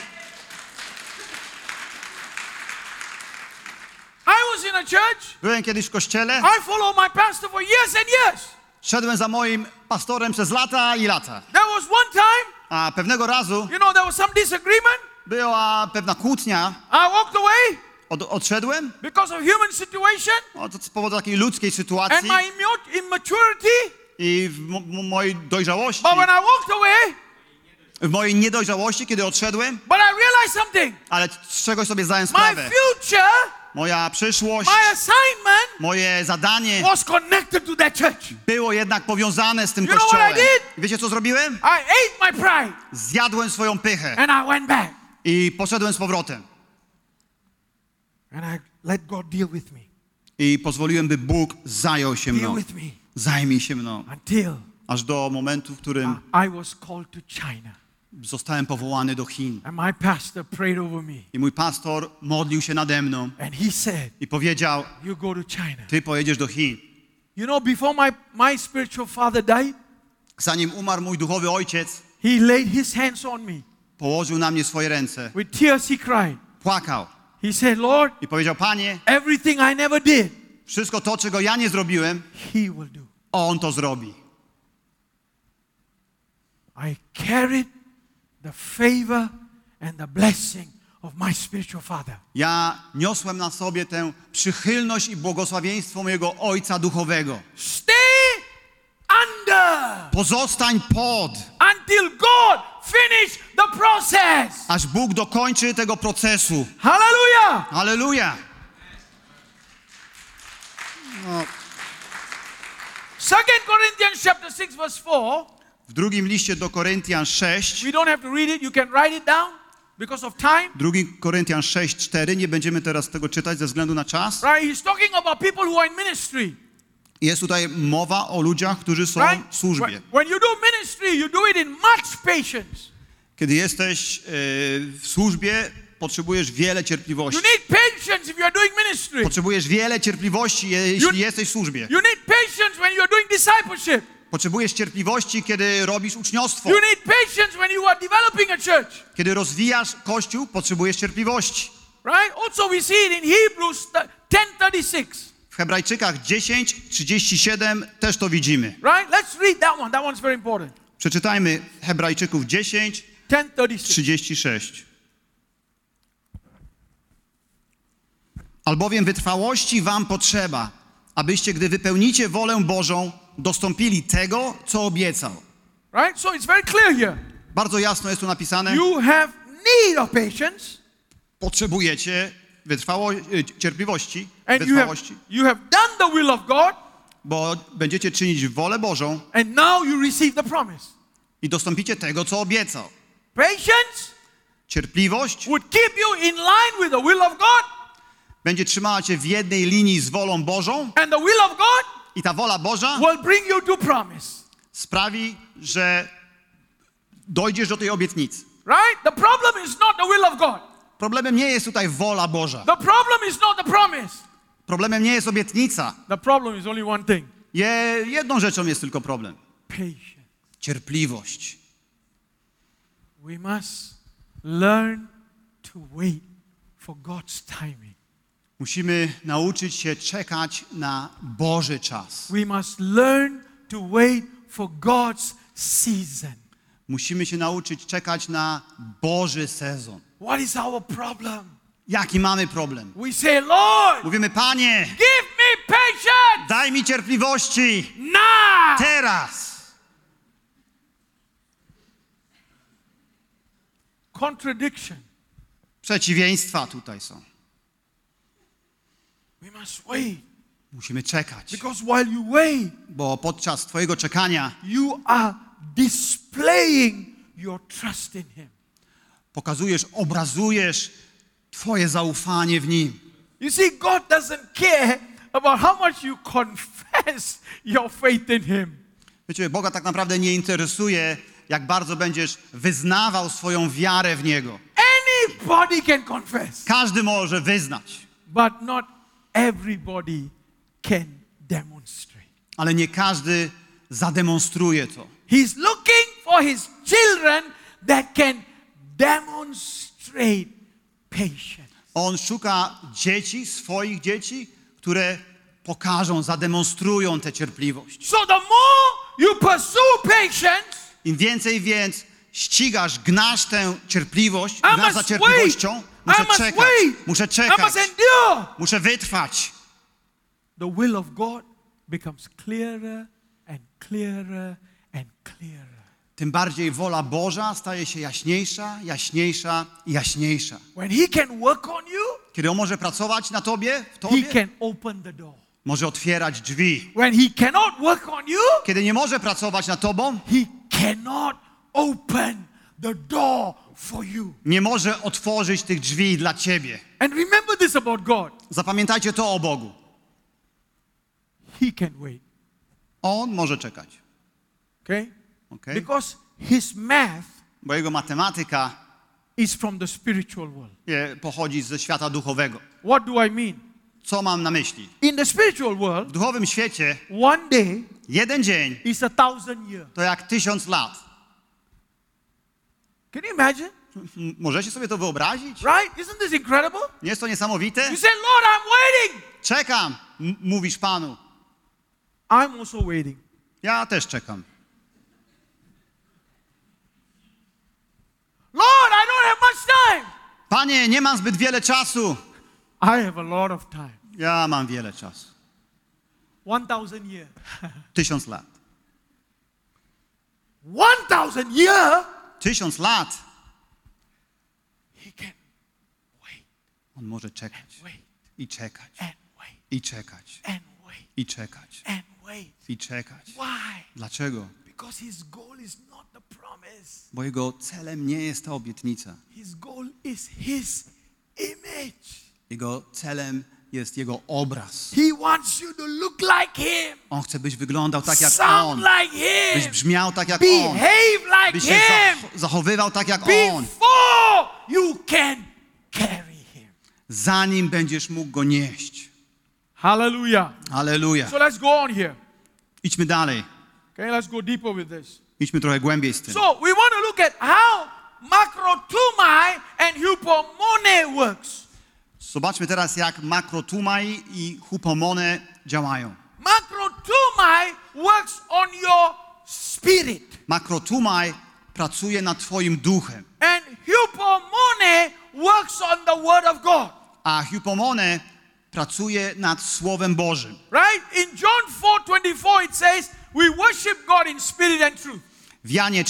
I was in a church. Byłem kiedyś w kościele. I followed my pastor for years and years. Szedłem za moim pastorem przez lata i lata. There was one time, A pewnego razu there was some disagreement. była pewna kłótnia. I walked away Odszedłem because of human situation z powodu takiej ludzkiej and sytuacji my immaturity. i w mojej dojrzałości, But when I walked away, w mojej niedojrzałości, kiedy odszedłem, but I realized something. ale z czegoś sobie zdałem My sprawę. future, Moja przyszłość, my assignment moje zadanie was connected to that church. było jednak powiązane z tym You know what I kościołem. did? Wiecie, co zrobiłem? I ate my pride Zjadłem swoją pychę and I went back. i poszedłem z powrotem. And I let God deal with me. I pozwoliłem, by Bóg zajął się Deal mną. with me Zajmij się mną. until Aż do momentu, w którym I was called to China. zostałem powołany do Chin. And my pastor prayed over me. I mój pastor modlił się nade mną And he said, i powiedział, you go to China. ty pojedziesz do Chin. Before my spiritual father died, Zanim umarł mój duchowy ojciec, he laid his hands on me. położył na mnie swoje ręce. With tears he cried. Płakał He said, Lord, i powiedział, Panie, everything I never did, wszystko to, czego ja nie zrobiłem, he will do. On to zrobi. I carried the favor and the blessing of my spiritual father. Ja niosłem na sobie tę przychylność i błogosławieństwo mojego Ojca Duchowego. Stay under Pozostań pod, until God finish the process. aż Bóg dokończy tego procesu. Hallelujah. Halleluja! 2 Corinthians chapter 6 verse 4. W drugim liście do Koryntian 6, We don't have to read it. You can write it down because of time. 2 Koryntian 6:4, nie będziemy teraz tego czytać ze względu na czas. Right? He's talking about people who are in ministry. Jest tutaj mowa o ludziach, którzy są Right? w służbie. When you do ministry, you do it in much patience. Kiedy jesteś w służbie, potrzebujesz wiele You cierpliwości. need patience if you are doing ministry. Potrzebujesz wiele cierpliwości, jeśli jesteś w służbie. You need patience when you are doing discipleship. Potrzebujesz cierpliwości, kiedy robisz uczniostwo. You need patience when you are developing a church. Kiedy rozwijasz Kościół, potrzebujesz cierpliwości. Right? Also we see it in Hebrews 10:36. W Hebrajczykach 10:37 też to widzimy. Right? Let's read that one. That one's very important. Przeczytajmy Hebrajczyków 10:36. 10:36. Albowiem wytrwałości wam potrzeba, abyście, gdy wypełnicie wolę Bożą, dostąpili tego, co obiecał. Right? So it's very clear here. Bardzo jasno jest tu napisane, You have need of patience potrzebujecie cierpliwości, and wytrwałości, you have done the will of God bo będziecie czynić wolę Bożą and now you receive the promise. i dostąpicie tego, co obiecał. Patience Cierpliwość would keep you in line with the will of God będzie trzymała cię w jednej linii z wolą Bożą and the will of God i ta wola Boża will bring you to promise. sprawi, że dojdziesz do tej obietnicy. Right? The problem is not the will of God. Problemem nie jest tutaj wola Boża. The problem is not the promise. Problemem nie jest obietnica. The problem is only one thing. Jedną rzeczą jest tylko problem. Patience. Cierpliwość. We must learn to wait for God's timing. Musimy nauczyć się czekać na Boży czas. We must learn to wait for God's season. Musimy się nauczyć czekać na Boży sezon. What is our problem? Jaki mamy problem? We say, Lord, Mówimy, Panie, give me patience daj mi cierpliwości now. teraz. Contradiction. Przeciwieństwa tutaj są. We must wait Musimy czekać, because while you wait, bo podczas Twojego czekania you are displaying your trust in Him. pokazujesz, obrazujesz Twoje zaufanie w Nim. You see, God doesn't care about how much you confess your faith in Him. Wiecie, Boga tak naprawdę nie interesuje, jak bardzo będziesz wyznawał swoją wiarę w Niego. Anybody can confess, Każdy może wyznać, but not everybody can demonstrate. ale nie każdy zademonstruje to. He's looking for His children that can demonstrate patience. On szuka swoich dzieci, które pokażą, zademonstrują tę cierpliwość. So the more you pursue patience, Im więcej więc ścigasz, gnasz tę cierpliwość, I gnasz must za cierpliwością, muszę muszę czekać, endure. muszę wytrwać. The will of God becomes clearer and clearer and clearer. Tym bardziej wola Boża staje się jaśniejsza, jaśniejsza i jaśniejsza. When He can work on you, Kiedy On może pracować na tobie, w He tobie, can open the door. może otwierać drzwi. When He cannot work on you, Kiedy nie może pracować nad tobą, He cannot open the door for you. nie może otworzyć tych drzwi dla ciebie. And remember this about God. Zapamiętajcie to o Bogu. He can wait. On może czekać. Okay? Okay? Because His math Bo jego matematyka is from the spiritual world. pochodzi ze świata duchowego. What do I mean? Co mam na myśli? In the spiritual W world, duchowym świecie one day jeden dzień is 1000 years. to jak 1000 lat. Can you imagine? Możecie sobie to wyobrazić? Right? Isn't this incredible? Nie jest to niesamowite? You say, Lord, I'm waiting. Czekam, mówisz Panu. I'm also waiting. Ja też czekam. Lord, I don't have much time. Panie, nie mam zbyt wiele czasu. I have a lot of time. Ja mam wiele czasu. 1000 years. 1000 lat. 1000 years? 1000 lat. He can wait On może czekać. wait I czekać. and wait I czekać. and wait I czekać. and wait. I czekać. Why? Dlaczego? Because His goal is not the promise. Bo jego celem nie jest ta obietnica. His goal is His image. Jego celem jest jego obraz. He wants you to look like Him. On chce, byś wyglądał tak jak Sound On. like Byś Him. brzmiał tak jak On. Behave like Byś się Him. zachowywał tak jak On. Before you can carry Him. Zanim będziesz mógł go nieść. Hallelujah. Halleluja. So let's go on here. Idźmy dalej. Okay, let's go deeper with this. Idźmy trochę głębiej z tym. So we want to look at how makrotumai and hupomone works. Zobaczmy teraz, jak makrotumai i hupomone działają. Makrotumai works on your spirit. Makrotumai pracuje nad twoim duchem, And hupomone works on the word of God. a hupomone pracuje nad Słowem Bożym. Right? In John 4:24 it says, we worship God in spirit and truth. W Janie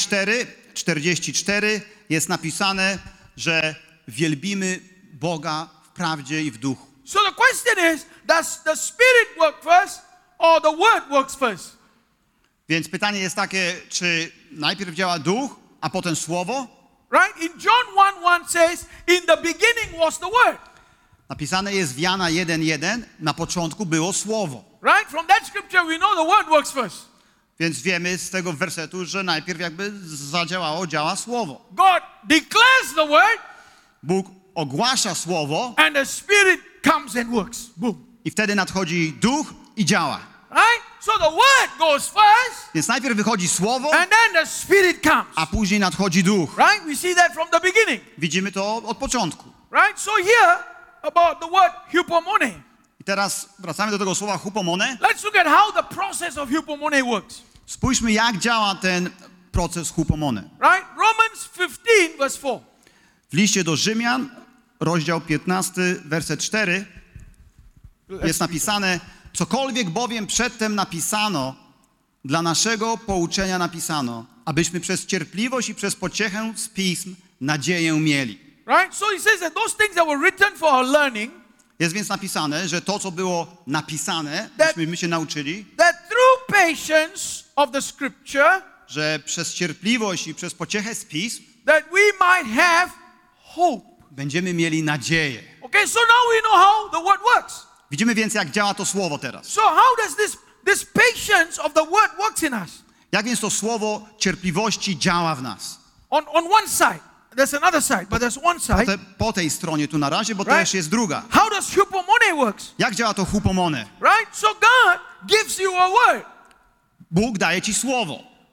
4:44 jest napisane, że wielbimy Boga w prawdzie i w duchu. So the question is, does the spirit work first or the word works first? Więc pytanie jest takie, czy najpierw działa duch, a potem Słowo? Right? In John 1:1 says, in the beginning was the word. Napisane jest w Jana 1:1, na początku było Słowo. Right? From that scripture we know the word works first. Więc wiemy z tego wersetu, że najpierw jakby działa Słowo. God declares the word Bóg ogłasza Słowo and the spirit comes and works. Boom. i wtedy nadchodzi duch i działa. Right? So the word goes first Więc najpierw wychodzi Słowo, and then the spirit comes. a później nadchodzi duch. Right? We see that from the beginning. Widzimy to od początku. Right? So here about the word hupomone. I teraz wracamy do tego słowa hupomone. Let's look at how the process of hupomone works. Spójrzmy, jak działa ten proces hupomone. Right? Romans 15 verse 4. W liście do Rzymian, rozdział 15, werset 4 jest napisane: cokolwiek bowiem przedtem napisano, dla naszego pouczenia napisano, abyśmy przez cierpliwość i przez pociechę z pism nadzieję mieli. Right? So he says that those things that were written for our learning, Jest więc napisane, że to, co było napisane, my się nauczyli, that through patience of the scripture, że przez cierpliwość i przez pociechę z pism that we might have hope. będziemy mieli nadzieję. Okay, so now we know how the word works. Widzimy więc, jak działa to słowo teraz. So how does this patience of the word works in us? Jak więc to słowo cierpliwości działa w nas? On one side, there's another side, but there's one side. Po tej stronie tu na razie, bo Right. też jest druga. How does hupomone works? Jak działa to hupomone? Right? So God gives you a word. Bóg daje ci słowo.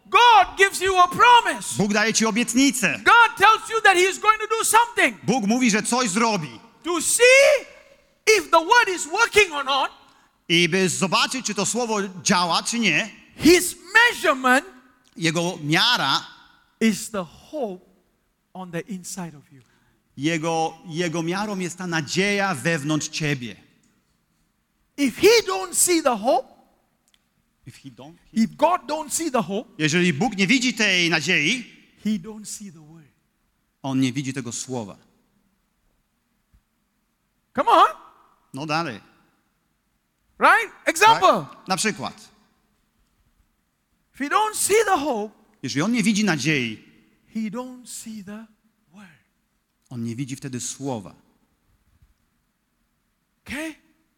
God gives you a promise. Bóg daje ci obietnicę. God tells you that He is going to do something. Bóg mówi, że coś zrobi. To see if the word is working or not, I by zobaczyć, czy to słowo działa, czy nie, His measurement jego miara, is the hope on the inside of you. jego miarą jest ta nadzieja wewnątrz ciebie. If He don't see the hope, if God don't see the hope, Jeżeli Bóg nie widzi tej nadziei, He don't see the word. On nie widzi tego słowa. Come on, No dalej. right? Example. Tak? Na przykład, If He don't see the hope, jeżeli On nie widzi nadziei, He don't see the word. On nie widzi wtedy słowa. Okay?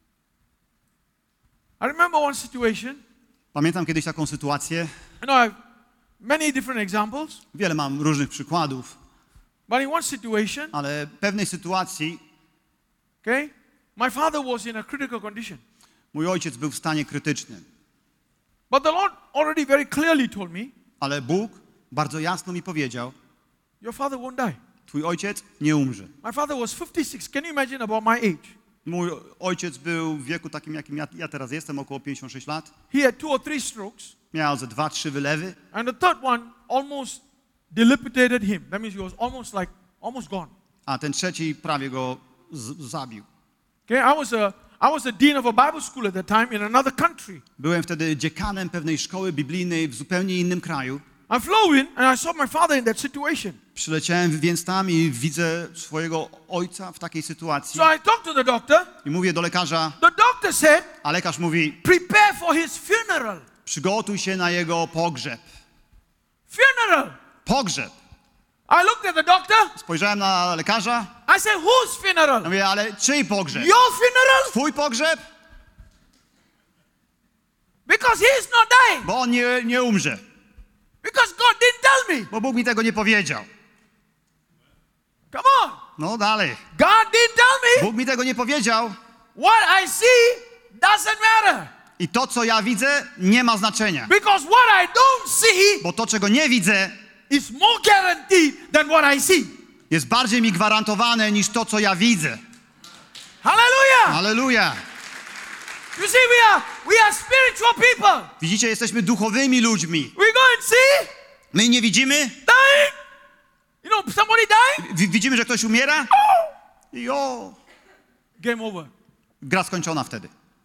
I remember one situation. Pamiętam kiedyś taką sytuację. I know I have many different examples, Wiele mam różnych przykładów, but in one situation, ale pewnej sytuacji okay, my father was in a critical condition. mój ojciec był w stanie krytycznym. But the Lord already very clearly told me, Ale Bóg bardzo jasno mi powiedział, your father won't die. twój ojciec nie umrze. My father was 56. Can you imagine about my age? Mój ojciec był w wieku takim, jakim ja teraz jestem, około 56 lat. He had 2 or 3 strokes, Miał ze 2-3 wylewy, and the third one almost dilapidated him. That means he was almost gone. a ten trzeci prawie go zabił. Okay, I was a dean of a Bible school at that time in another country. Byłem wtedy dziekanem pewnej szkoły biblijnej w zupełnie innym kraju. I flew in and I saw my father in that situation. Przyleciałem więc tam i widzę swojego ojca w takiej sytuacji. So I talked to the doctor. I mówię do lekarza, The doctor said, a lekarz mówi, prepare for his funeral. przygotuj się na jego pogrzeb. Funeral. Pogrzeb. I looked at the doctor. Spojrzałem na lekarza. I said, whose funeral? Ja mówię, ale czyj pogrzeb? Your funeral? Twój pogrzeb? Because he is not dying. Bo on nie umrze. Because God didn't tell me. Bo Bóg mi tego nie powiedział. Come on. No dalej. God didn't tell me. Bóg mi tego nie powiedział. What I see doesn't matter. I to, co ja widzę, nie ma znaczenia. Because what I don't see Bo to, czego nie widzę, is more guaranteed than what I see. jest bardziej mi gwarantowane niż to, co ja widzę. Hallelujah. Halleluja. You see, we are spiritual people. Widzicie, jesteśmy duchowymi ludźmi. We go and see My nie widzimy. dying. You know, somebody dying. Widzimy, że ktoś umiera. I Game over. gra skończona wtedy.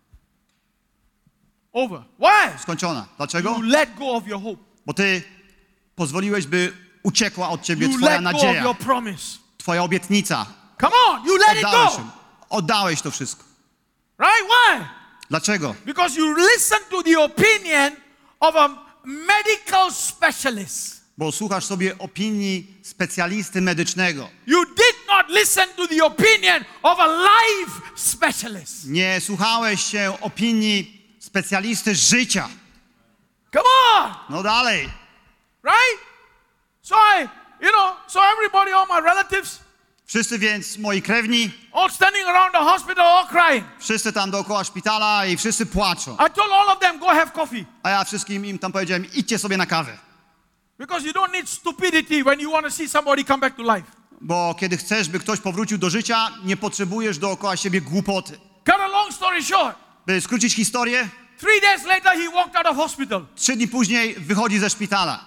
Over. Why? Skończona. Dlaczego? You let go of your hope. Bo ty pozwoliłeś, by uciekła od ciebie You twoja let go of nadzieja, your promise. twoja obietnica. Come on, you let it go. Oddałeś to wszystko. Right? Why? Dlaczego? Because you listen to the opinion of a medical specialist. Bo słuchasz sobie opinii specjalisty medycznego. You did not listen to the opinion of a life specialist. Nie słuchałeś się opinii specjalisty życia. Come on, No dalej. right? So so everybody, all my relatives, Wszyscy więc moi krewni, all standing around the hospital, all crying. wszyscy tam dookoła szpitala i wszyscy płaczą. I told all of them, go have coffee. A ja wszystkim im tam powiedziałem, idźcie sobie na kawę. Because you don't need stupidity when you want to see somebody come back to life. Bo kiedy chcesz, by ktoś powrócił do życia, nie potrzebujesz dookoła siebie głupoty. Cut a long story short, By skrócić historię, 3 days later he walked out of hospital. 3 dni później wychodzi ze szpitala.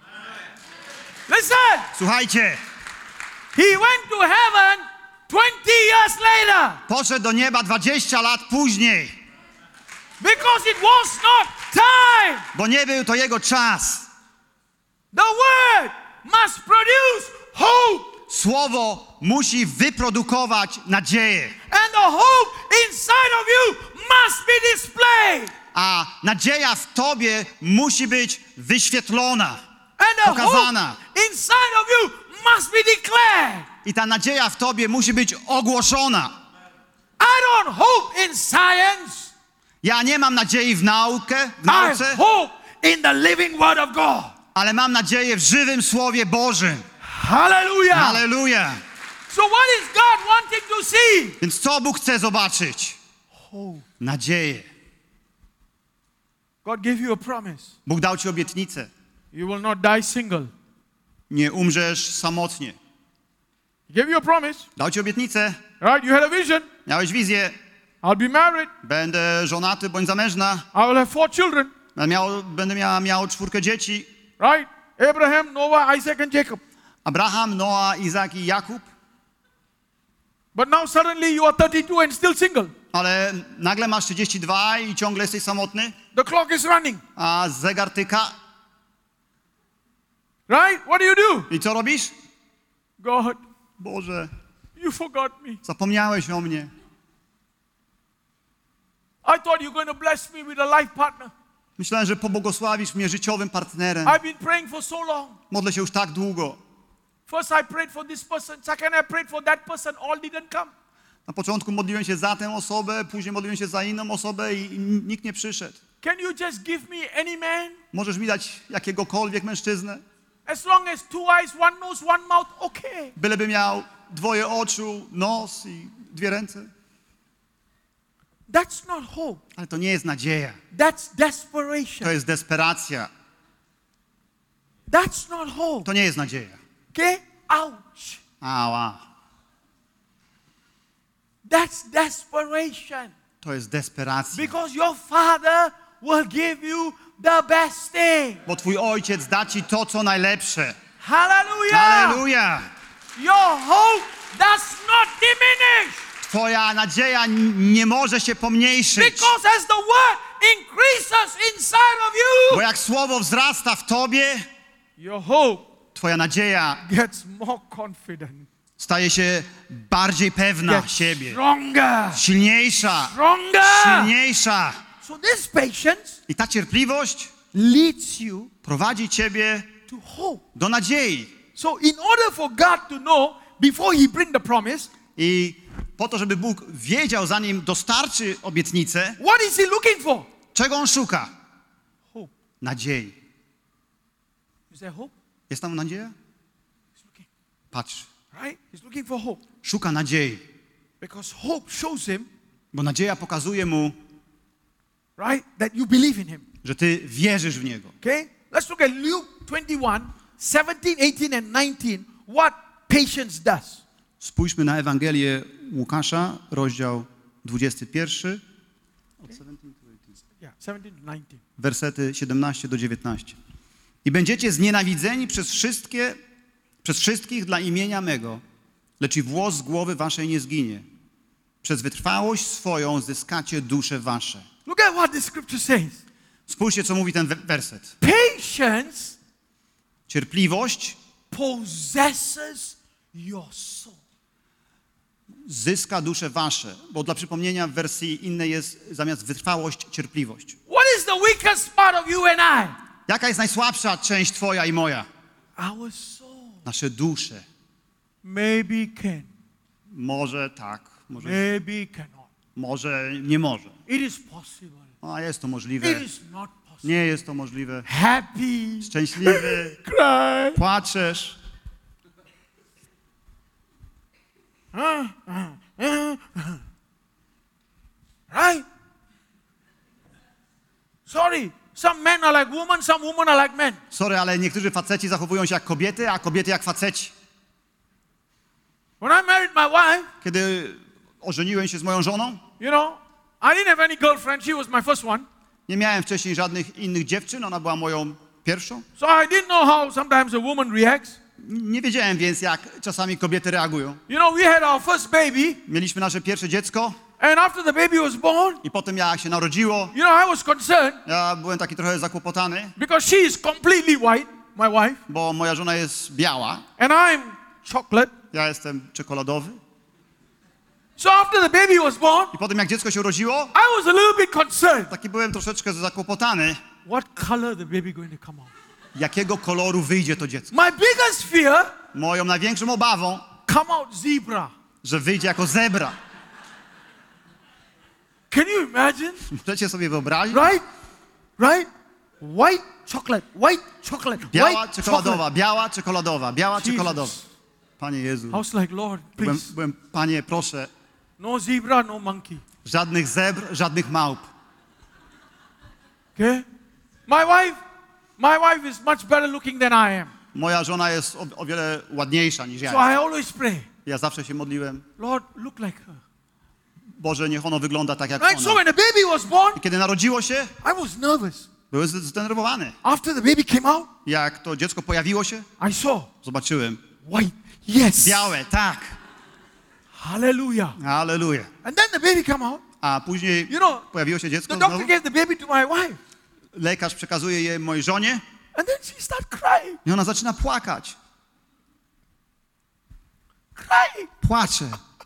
Listen, Słuchajcie, he went to heaven 20 years later. poszedł do nieba 20 lat później, Because it was not time. bo nie był to jego czas. The word must produce hope. Słowo musi wyprodukować nadzieję, And the hope inside of you must be displayed. a nadzieja w tobie musi być wyświetlona, And the pokazana. hope inside of you must be declared. I ta nadzieja w tobie musi być ogłoszona. I don't hope in science. Ja nie mam nadziei w nauce, I hope in the living word of God. ale mam nadzieję w żywym Słowie Bożym. Hallelujah. Halleluja. So what is God wanting to see? Więc co Bóg chce zobaczyć? Hope. Nadzieję. God gave you a promise. Bóg dał ci obietnicę. You will not die single. Nie umrzesz samotnie. He gave you a promise. Dał ci obietnicę, Right? You had a vision. miałeś wizję, I'll be married. będę żonaty bądź zamężna, I will have 4 children. będę miał 4 dzieci. Right? Abraham, Noah, Isaac and Jacob. Abraham, Noa, Izak i Jakub. But now suddenly you are 32 and still single. Ale nagle masz 32 i ciągle jesteś samotny, The clock is running. a zegar tyka. Right? What do? I co robisz? God, Boże, you forgot me. zapomniałeś o mnie. I thought you were going to bless me with a life partner. Myślałem, że pobłogosławisz mnie życiowym partnerem. I've been praying for so long. Modlę się już tak długo. First I prayed for this person. Second I prayed for that person. All didn't come. Na początku modliłem się za tę osobę, później modliłem się za inną osobę i nikt nie przyszedł. Can you just give me any man? Możesz mi dać jakiegokolwiek mężczyznę? As long as 2 eyes, 1 nose, 1 mouth, okay. Byleby miał 2 oczu, nos i 2 ręce. That's not hope. Ale to nie jest nadzieja. That's desperation. To jest desperacja. That's not hope. To nie jest nadzieja. Okay? Ouch. Ała. That's desperation. To jest desperacja. Because your father will give you the best thing. Bo twój ojciec da ci to, co najlepsze. Hallelujah. Halleluja! Your hope does not diminish. Twoja nadzieja nie może się pomniejszyć. Because as the word increases inside of you, Bo jak słowo wzrasta w tobie, your hope twoja nadzieja gets more confident. staje się bardziej pewna Gets siebie. stronger. Silniejsza. Stronger. Silniejsza. So this patience I ta cierpliwość leads you prowadzi ciebie to hope. do nadziei. So in order for God to know before he bring the promise, I po to, żeby Bóg wiedział, zanim dostarczy obietnicę, what is he looking for? czego On szuka? Hope. Nadziei. Is there hope? Jest tam nadzieja? He's looking, Patrz. right? He's looking for hope. Szuka nadziei. Because hope shows him, Bo nadzieja pokazuje mu, right, that you believe in him. że ty wierzysz w Niego. Okay? Let's look at Luke 21, 17, 18 and 19. What patience does. Spójrzmy na Ewangelię Łukasza, rozdział 21, Yeah, 17 to 19. wersety 17 do 19. I będziecie znienawidzeni przez wszystkich dla imienia mego, lecz i włos z głowy waszej nie zginie. Przez wytrwałość swoją zyskacie dusze wasze. Look at what the scripture says. Spójrzcie, co mówi ten werset. Patience Cierpliwość possesses your soul. zyska dusze wasze, bo dla przypomnienia w wersji innej jest zamiast wytrwałość, cierpliwość. What is the weakest part of you and I? Jaka jest najsłabsza część twoja i moja? Our soul. Nasze dusze. Maybe can. Może tak, Maybe cannot. może nie może. It is possible. A jest to It możliwe. is not possible. Nie jest to możliwe. Happy. Szczęśliwy, Cry. płaczesz. Right? Sorry. Some men are like women, some women are like men. Sorry, ale niektórzy faceci zachowują się jak kobiety, a kobiety jak faceci. When I married my wife, Kiedy ożeniłem się z moją żoną, you know, I didn't have any girlfriend. She was my first one. nie miałem wcześniej żadnych innych dziewczyn, ona była moją pierwszą. So I didn't know how sometimes a woman reacts. Nie wiedziałem więc, jak czasami kobiety reagują. You know, we had our first baby, Mieliśmy nasze pierwsze dziecko and after the baby was born, i potem jak się narodziło, you know, I was concerned ja byłem taki trochę zakłopotany, because she is completely white, my wife, bo moja żona jest biała, and I'm chocolate. ja jestem czekoladowy. So after the baby was born, I potem jak dziecko się urodziło, I was a little bit concerned. taki byłem troszeczkę zakłopotany, What color the baby going to come out? jakiego koloru wyjdzie to dziecko. My biggest fear, Moją największą obawą, come out zebra. że wyjdzie jako zebra. Can you imagine? Możecie sobie wyobrazić? Right? Right? White chocolate, white chocolate, Biała white czekoladowa, chocolate. biała czekoladowa, biała Jesus. czekoladowa. Panie Jezu, I was like, Lord, please. byłem, Panie, proszę, No zebra, no monkey. żadnych zebr, żadnych małp. Okay? My wife is much better looking than I am. Moja żona jest o wiele ładniejsza niż ja. So I always pray, Ja zawsze się modliłem, Lord, look like her. Boże, niech ono wygląda tak jak Right? So ona. when the baby was born, I kiedy narodziło się, I was nervous. byłem zdenerwowany. After the baby came out, Jak to dziecko pojawiło się, I saw zobaczyłem. white. Yes. Białe, tak. Hallelujah. Halleluja. And then the baby come out. A później You know, pojawiło się dziecko the doctor znowu. gave the baby to my wife. Lekarz przekazuje je mojej żonie And then she started crying. i ona zaczyna płakać. Crying. Płacze.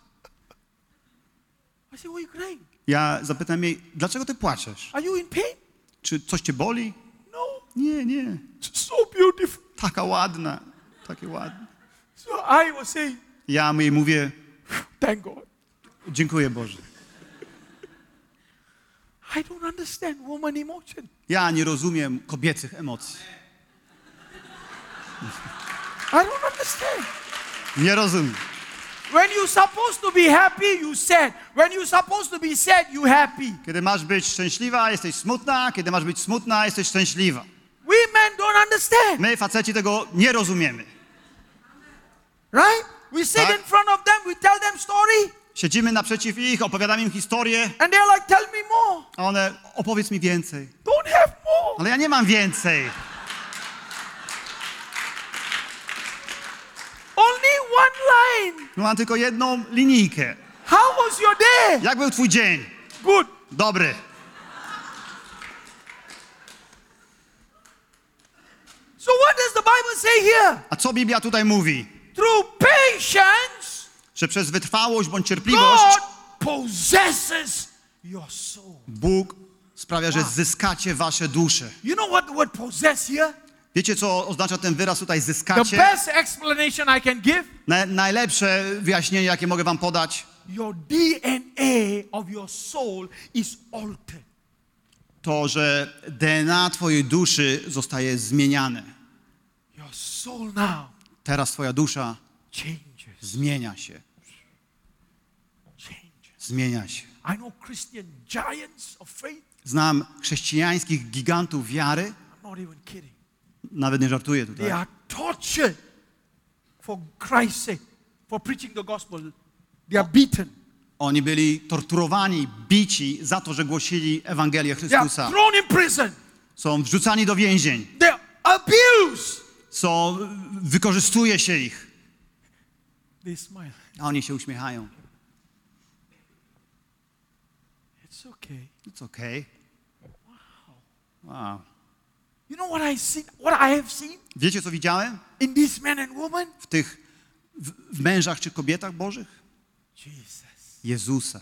I said, why are you crying? Ja zapytam jej, dlaczego ty płaczesz? Are you in pain? Czy coś cię boli? No. Nie, nie. It's so beautiful. Taka ładna. Takie ładne. So I was saying, Ja jej mówię, thank God. dziękuję Boże. I don't understand woman emotion. Ja nie rozumiem kobiecych emocji. I don't understand. Nie rozumiem. When you're supposed to be happy, you sad. When you're supposed to be sad, you happy. Kiedy masz być szczęśliwa, jesteś smutna. Kiedy masz być smutna, jesteś szczęśliwa. We men don't understand. My, faceci, tego nie rozumiemy. Right? We sit Tak. in front of them, we tell them story, Siedzimy naprzeciw ich, opowiadamy im historię, and they're like, tell me more. a one, opowiedz mi więcej. Don't have more. Ale ja nie mam więcej. Only one line. Mam tylko jedną linijkę. How was your day? Jak był twój dzień? Good. Dobry. So what does the Bible say here? A co Biblia tutaj mówi? Through patience, Że przez wytrwałość bądź cierpliwość God possesses your soul. Bóg sprawia, że zyskacie wasze dusze. You know what the word possess here? Wiecie, co oznacza ten wyraz tutaj The zyskacie? best explanation I can give, Najlepsze wyjaśnienie, jakie mogę wam podać, your DNA of your soul is altered. to, że DNA twojej duszy zostaje zmieniane. Your soul now Teraz twoja dusza changes. zmienia się. Changes. Zmienia się. I know Christian giants of faith. Znam chrześcijańskich gigantów wiary, I'm not even kidding. nawet nie żartuję They tutaj. are tortured for Christ's sake, for preaching the gospel. They are beaten. Oni byli torturowani, bici za to, że głosili Ewangelię They are Chrystusa. thrown in prison. Są wrzucani do więzień. They are abused. Wykorzystuje się ich. They smile. A oni się uśmiechają. It's okay. It's okay. Wow. You know what what I have seen Wiecie, co widziałem? in these men and women? W tych w mężach czy kobietach bożych? Jesus. Jezusa.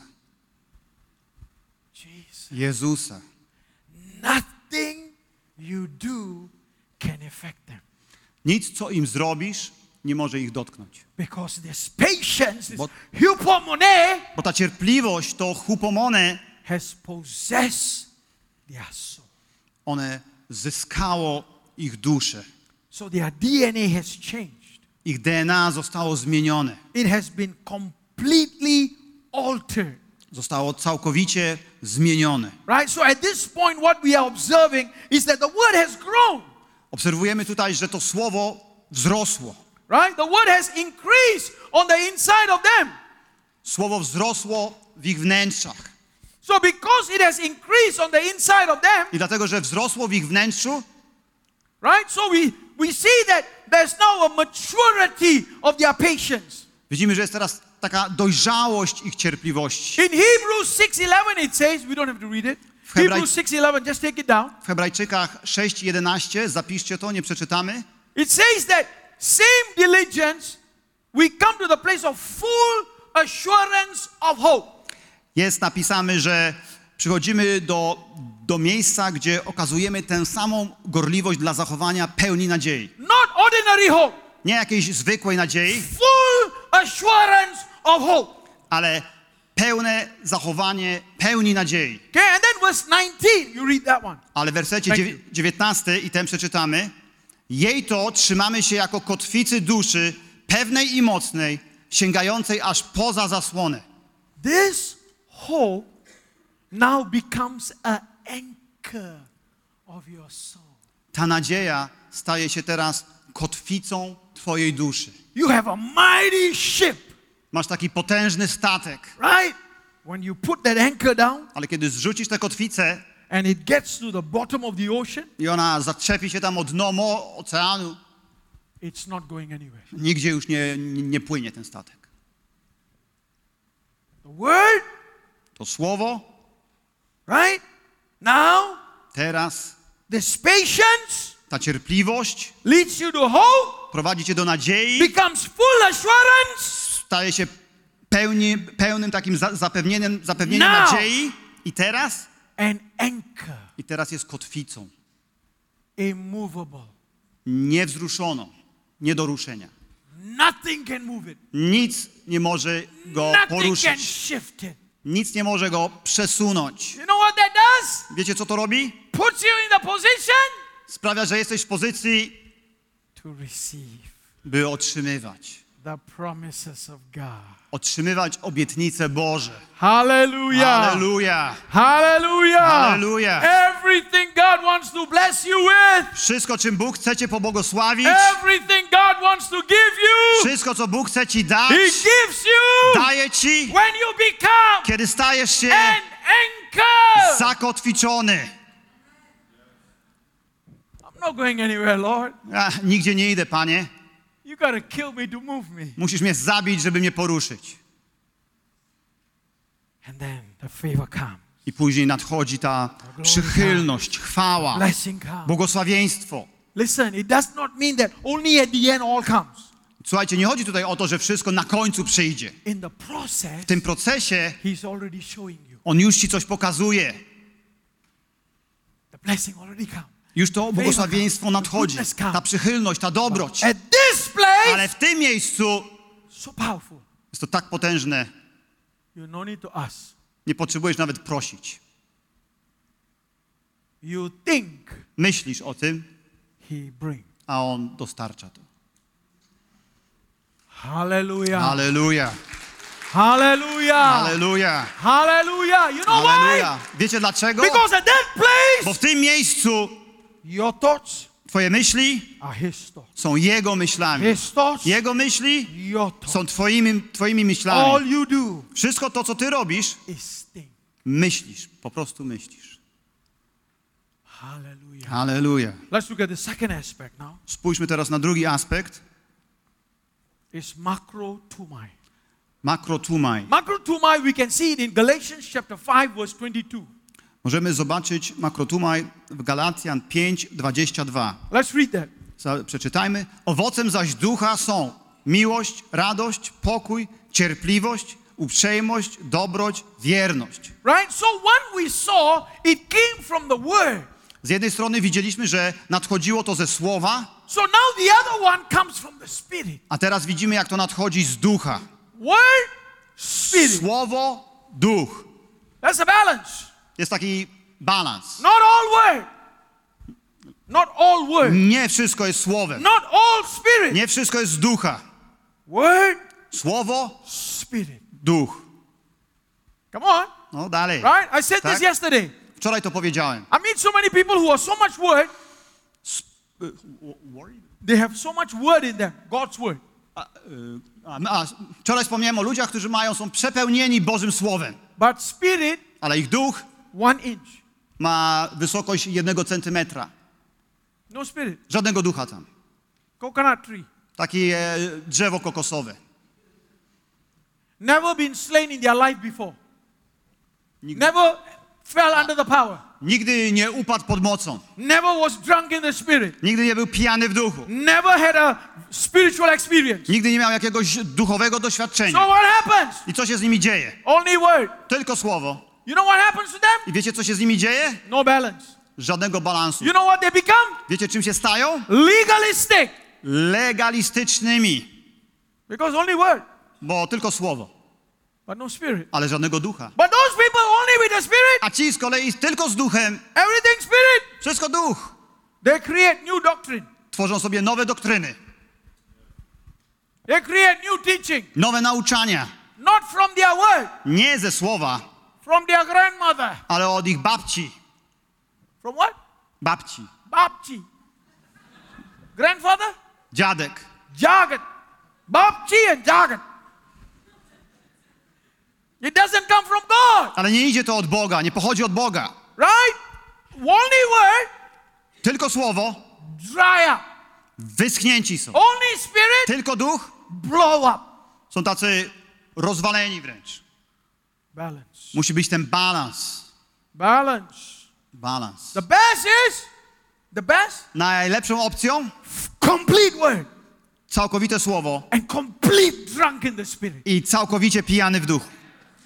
Jesus. Jezusa. Nothing you do can affect them. Nic, co im zrobisz, nie może ich dotknąć. Because this patience, this But- hypomone, Bo ta cierpliwość, to hupomone, has possessed their soul. one zyskało ich duszę. So their DNA has changed. Ich DNA zostało zmienione. It has been completely altered. Zostało całkowicie zmienione. Right? So at this point, what we are observing is that the word has grown. Obserwujemy tutaj, że to słowo wzrosło. Right? The word has increased on the inside of them. Słowo wzrosło w ich wnętrzach. So because it has increased on the inside of them, I dlatego, że wzrosło w ich wnętrzu, right? So we see that there's now a maturity of their patience. widzimy, że jest teraz taka dojrzałość ich cierpliwości. In Hebrews 6:11 it says, we don't have to read it. W Hebraj- Hebrews 6:11, just take it down. W Hebrajczykach 6:11, zapiszcie to, nie przeczytamy. It says that same diligence, we come to the place of full assurance of hope. Jest napisane, że przychodzimy do miejsca, gdzie okazujemy tę samą gorliwość dla zachowania pełni nadziei. Not ordinary hope, Nie jakiejś zwykłej nadziei, full assurance of hope. ale pełne zachowanie pełni nadziei. Okay, and then verse 19, you read that one. Ale w wersecie Thank you. 19 i ten przeczytamy. Jej to trzymamy się jako kotwicy duszy, pewnej i mocnej, sięgającej aż poza zasłonę. This hope now becomes an anchor of your soul. Ta nadzieja staje się teraz kotwicą twojej duszy. You have a mighty ship, Masz taki potężny statek, right? When you put that anchor down ale kiedy zrzucisz tę kotwicę and it gets to the bottom of the ocean, i ona zaczepi się tam o dno oceanu, it's not going anywhere. nigdzie już nie płynie ten statek. The word, To słowo right? Now, teraz, this patience ta cierpliwość leads you to hope, prowadzi cię do nadziei, becomes full assurance. staje się pełnym takim zapewnieniem Now. nadziei i teraz An anchor, jest kotwicą, immovable. niewzruszoną, nie do ruszenia. Nothing can move it. Nic nie może go Nothing can poruszyć. shift it. Nic nie może go przesunąć. You know what that does? Wiecie, co to robi? Puts you in the position Sprawia, że jesteś w pozycji, to receive by otrzymywać. the promises of God. Otrzymywać obietnice Boże. Hallelujah. Halleluja! Hallelujah. Hallelujah. Everything God wants to bless you with. Wszystko, czym Bóg chce cię pobłogosławić, Everything God wants to give you. wszystko, co Bóg chce ci dać, He gives you daje ci, when you become kiedy stajesz się an anchor. zakotwiczony. I'm not going anywhere, Lord. Nigdzie nie idę, Panie. You got to kill me to move me. Musisz mnie zabić, żeby mnie poruszyć. And then the favor comes. I później nadchodzi ta przychylność, chwała, Blessing comes. błogosławieństwo. Listen, it does not mean that only at the end all comes. Słuchajcie, nie chodzi tutaj o to, że wszystko na końcu przyjdzie. In the process, W tym procesie He's already showing you. On już ci coś pokazuje. The blessing already comes. Już to błogosławieństwo nadchodzi. Ta przychylność, ta dobroć. At this place, Ale w tym miejscu so powerful. jest to tak potężne, You no need to ask. nie potrzebujesz nawet prosić. You think Myślisz o tym, He brings. a On dostarcza to. Hallelujah. Halleluja! Hallelujah. Halleluja! Hallelujah. You know Halleluja! why? Wiecie dlaczego? Because at that place, Bo w tym miejscu your thoughts twoje myśli are His thoughts. są Jego myślami. His thoughts, Jego myśli your thoughts. są twoimi All myślami. you do Wszystko to, co ty robisz, is think. myślisz. Po prostu myślisz. Hallelujah. Halleluja. Let's look at the second aspect now. Spójrzmy teraz na drugi aspekt. It's makrotumai. Makrotumai. Makrotumai, we can see it in Galatians chapter 5, verse 22. Możemy zobaczyć makrotumai w Galacjan 5:22. Let's read that. Przeczytajmy. Owocem zaś ducha są miłość, radość, pokój, cierpliwość, uprzejmość, dobroć, wierność. Right? So when we saw, it came from the word. Z jednej strony widzieliśmy, że nadchodziło to ze słowa, So now the other one comes from the Spirit. a teraz widzimy, jak to nadchodzi z ducha. Word, Spirit. Słowo, duch. That's a balance. Jest taki balans. Not all word. Not all word. Nie wszystko jest słowem. Not all Spirit. Nie wszystko jest z ducha. Word, Słowo, Spirit. duch. Come on. No dalej. Right? I said Tak? this yesterday. Wczoraj to powiedziałem. I meet so many people who are so much word, they have so much word in them, God's word. Wczoraj wspomniałem o ludziach, którzy są przepełnieni Bożym Słowem, But Spirit, ale ich duch 1 inch. ma wysokość 1 centymetra. No Spirit. Żadnego ducha tam. Coconut tree. Takie drzewo kokosowe. Never been slain in their life before. Nigdy, Never fell under the power. nigdy nie upadł pod mocą. Never was drunk in the Spirit. Nigdy nie był pijany w duchu. Never had a spiritual experience. Nigdy nie miał jakiegoś duchowego So doświadczenia. what happens? I co się z nimi dzieje? Only word. Tylko słowo. You know what happens to them? I wiecie, co się z nimi dzieje? No balance. Żadnego balansu. You know what they become? Wiecie, czym się stają? Legalistic. Legalistycznymi. Because only word, Bo tylko słowo, but no Spirit. ale żadnego ducha. But those people only with the Spirit, A ci z kolei tylko z duchem, everything Spirit. wszystko duch. They create new doctrine. Tworzą sobie nowe doktryny, They create new teaching. nowe nauczania. Not from their word, Nie ze słowa, from their grandmother. ale od ich babci. From what? Babci. Bapti. Grandfather? Dziadek. Jagat. Babci and Jagat. It doesn't come from God. Ale nie idzie to od Boga, nie pochodzi od Boga. Right? Only word, Tylko słowo, dry up. wyschnięci są. Only spirit, Tylko duch, blow up. są tacy rozwaleni wręcz. Balance. Musi być ten balans. Balance. Balans. The best, Najlepszą opcją, complete word całkowite słowo and complete drunk in the spirit. i całkowicie pijany w duchu.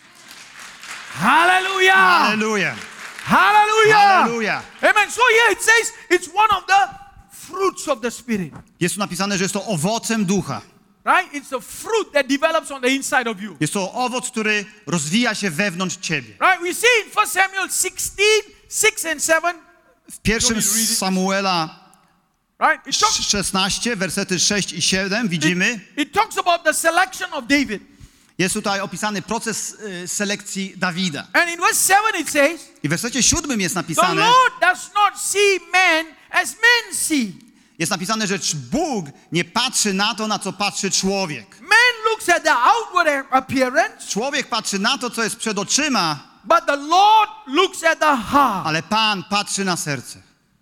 Hallelujah. Halleluja. Hallelujah. Halleluja. Amen. So here it says it's one of the fruits of the spirit. Jest tu napisane, że jest to owocem ducha. Right? It's a fruit that develops on the inside of you. Jest to owoc, który rozwija się wewnątrz ciebie. Right? We see in 1 Samuel 16, 6 and 7. W pierwszym Samuela Right? It talks, 16, wersety 6 i 7 widzimy, it talks about the selection of David. jest tutaj opisany proces selekcji Dawida. And in verse 7 it says, I w wersecie 7 jest the napisane, Lord does not see men as men see. jest napisane, że Bóg nie patrzy na to, na co patrzy człowiek. Man looks at the outward appearance, Człowiek patrzy na to, co jest przed oczyma, but the Lord looks at the heart. ale Pan patrzy na serce.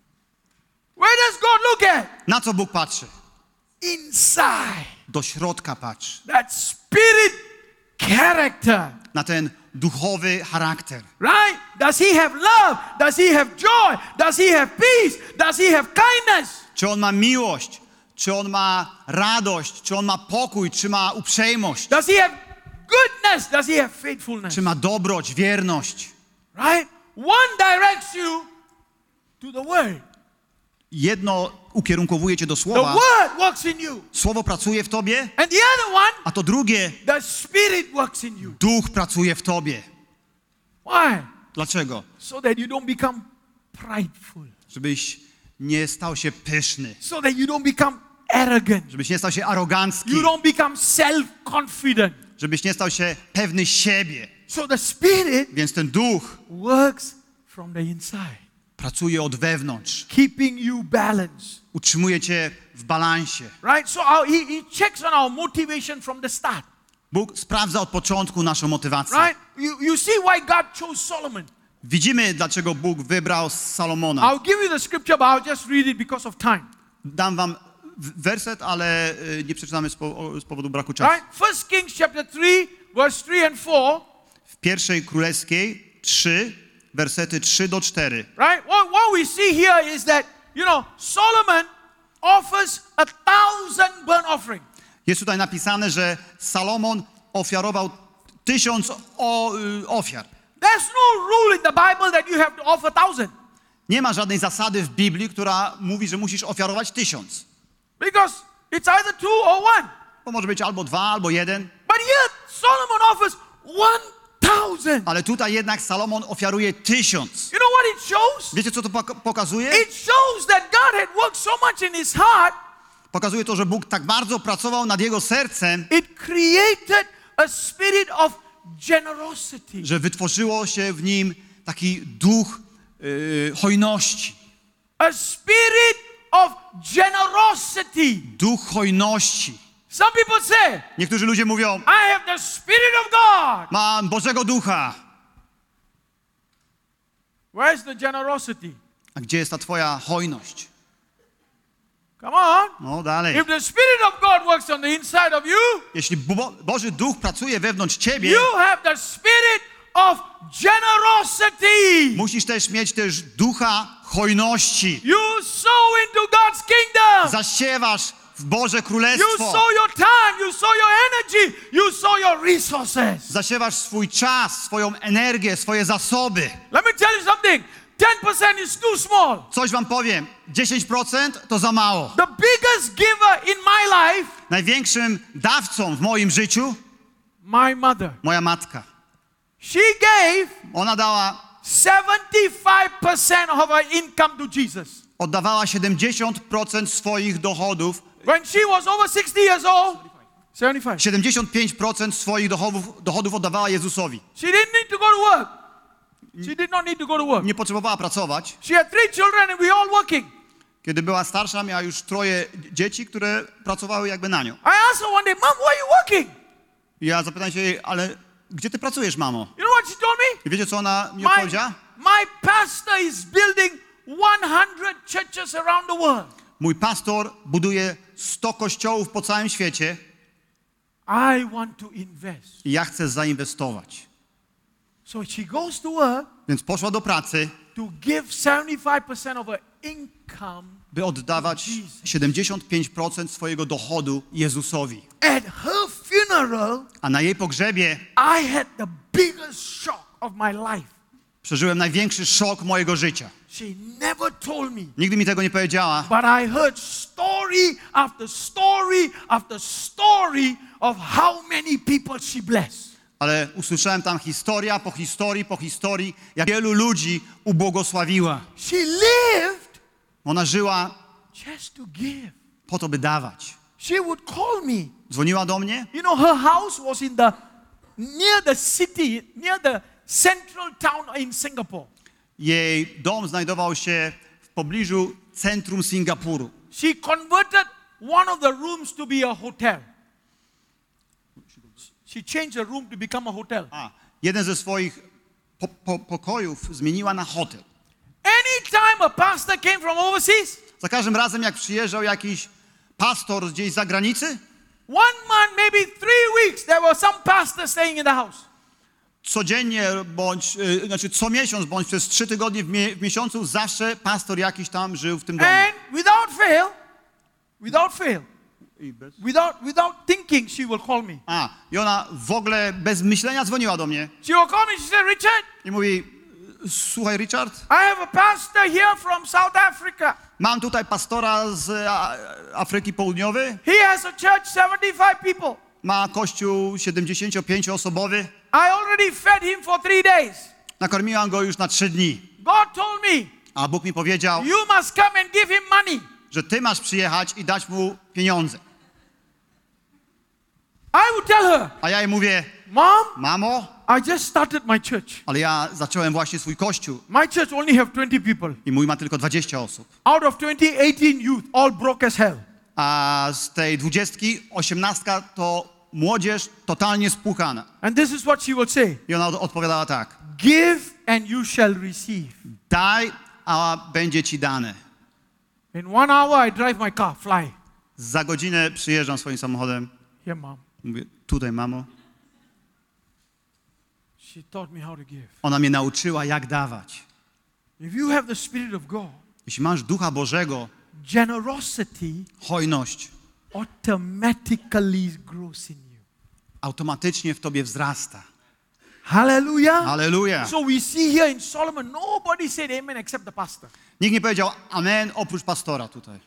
Where does God look at? Na co Bóg patrzy? Inside. Do środka patrzy. That spirit character. Na ten duchowy charakter. Right? Does he have love? Does he have joy? Does he have peace? Does he have kindness? Czy on ma miłość? Czy on ma radość? Czy on ma pokój? Czy ma uprzejmość? Does he have goodness? Does he have faithfulness? Czy ma dobroć, wierność? Right? One directs you to the word. Jedno ukierunkowuje cię do The słowa, word works in you. słowo pracuje w tobie, And the other one, a to drugie, the spirit works in you. duch pracuje w tobie. Why? Dlaczego? So that you don't become prideful. Żebyś nie stał się pyszny, So that you don't become arrogant. żebyś nie stał się arogancki, You don't become self-confident. żebyś nie stał się pewny siebie. So the spirit Więc ten duch works from the inside, pracuje od wewnątrz, keeping you balanced. utrzymuje cię w balansie. Right? So he checks on our motivation from the start. Bóg sprawdza od początku naszą motywację. Right? You see why God chose Solomon. Widzimy, dlaczego Bóg wybrał Salomona. I'll give you the scripture, but I'll just read it because of time. Dam wam werset, ale nie przeczytamy z powodu braku czasu. Right? 1 Kings chapter 3, verse 3 and 4. W pierwszej królewskiej 3, wersety 3 do 4. Right? What we see here is that, Solomon offers 1,000 burnt offering. Jest tutaj napisane, że Salomon ofiarował 1000 ofiar. There's no rule in the Bible that you have to offer 1,000. Nie ma żadnej zasady w Biblii, która mówi, że musisz ofiarować 1000. Because it's either 2 or 1. Bo może być albo 2, albo 1. But here Solomon offers 1,000. Ale tutaj jednak Salomon ofiaruje 1000. You know what it shows? Wiecie, co to pokazuje? It shows that God had worked so much in his heart, Pokazuje to, że Bóg tak bardzo pracował nad jego sercem, it created a spirit of generosity. że wytworzyło się w nim taki duch hojności. A spirit of generosity. Duch hojności. Some people say, Niektórzy ludzie mówią, I have the Spirit of God. mam Bożego Ducha. Where's the generosity? A gdzie jest ta twoja hojność? Come on. No dalej. If the Spirit of God works on the inside of you, Jeśli Boży Duch pracuje wewnątrz ciebie, you have the Spirit of generosity. musisz też mieć ducha hojności. You sow into God's kingdom. Zasiewasz w Boże You Królestwo. sow your time, you sow your energy, you sow your resources. Zasiewasz swój czas, swoją energię, swoje zasoby. Let me tell you something. 10% is too small. Coś wam powiem, 10% to za mało. The biggest giver in my life, Największym dawcą w moim życiu, my mother. moja matka. She gave Ona dała, 75% of her income to Jesus. oddawała 70% swoich dochodów, When she was over 60 years old, 75. 75% swoich dochodów oddawała Jezusowi. She didn't need to go to work. She did not need to go to work. Nie potrzebowała pracować. She had 3 children and we all working. Kiedy była starsza, miała już 3 dzieci, które pracowały jakby na nią. I asked her one day, Mom, where are you working? I ja zapytałem się jej, ale gdzie ty pracujesz, mamo? You know what she told me? I wiecie, co ona mi odpowiedziała? My pastor is building 100 churches around the world. Mój pastor buduje 100 kościołów po całym świecie I want to invest. i ja chcę zainwestować. So she goes to work Więc poszła do pracy, to give 75% of her income by oddawać 75% swojego dochodu Jezusowi. at her funeral. A na jej pogrzebie I had the biggest shock of my life. przeżyłem największy szok mojego życia. She never told me, Nigdy mi tego nie powiedziała, but I heard story after story after story of how many people she blessed. ale usłyszałem tam historia po historii po historii, jak wielu ludzi ubłogosławiła. She lived Ona żyła just to give. po to, by dawać. She would call me. Dzwoniła do mnie. You know, her house was near the city, near the central town in Singapore. Jej dom znajdował się w pobliżu centrum Singapuru. She converted one of the rooms to be a hotel. She changed a room to become a hotel. Jeden ze swoich pokojów zmieniła na hotel. Anytime a pastor came from overseas, Za każdym razem, jak przyjeżdżał jakiś pastor gdzieś z zagranicy, 1 month, maybe 3 weeks, there was some pastor staying in the house. codziennie, co miesiąc, bądź przez 3 tygodnie w miesiącu, zawsze pastor jakiś tam żył w tym domu. And without fail, without thinking, she will call me. I ona w ogóle bez myślenia dzwoniła do mnie She will call me, she said, Richard, i mówi, słuchaj Richard, I have a pastor here from South Africa. mam tutaj pastora z Afryki Południowej, He has a church, 75 people. ma kościół 75-osobowy, I already fed him for 3 days. nakarmiłam go już na 3 dni. God told me, A Bóg mi powiedział, you must come and give him money. że ty masz przyjechać i dać mu pieniądze. I would tell her, A ja jej mówię, Mom, mamo, I just started my church. ale ja zacząłem właśnie swój kościół My church only have 20 people. i mój ma tylko 20 osób. Out of 20, 18 youth, all broke as hell. A z tej 20, 18 to młodzież totalnie spłukana. And this is what she will say. I ona odpowiadała tak, Give and you shall receive. daj, a będzie ci dane. In 1 hour I drive my car, fly. Za godzinę przyjeżdżam swoim samochodem. Here, Mom. Mówię, tutaj mamo. She taught me how to give. Ona mnie nauczyła, jak dawać. If you have the Spirit of God, Jeśli masz Ducha Bożego, generosity hojność automatically grows in you. automatycznie w tobie wzrasta. Hallelujah. Halleluja. So we see here in Solomon, nobody said amen except the pastor. Nikt nie powiedział amen oprócz pastora tutaj.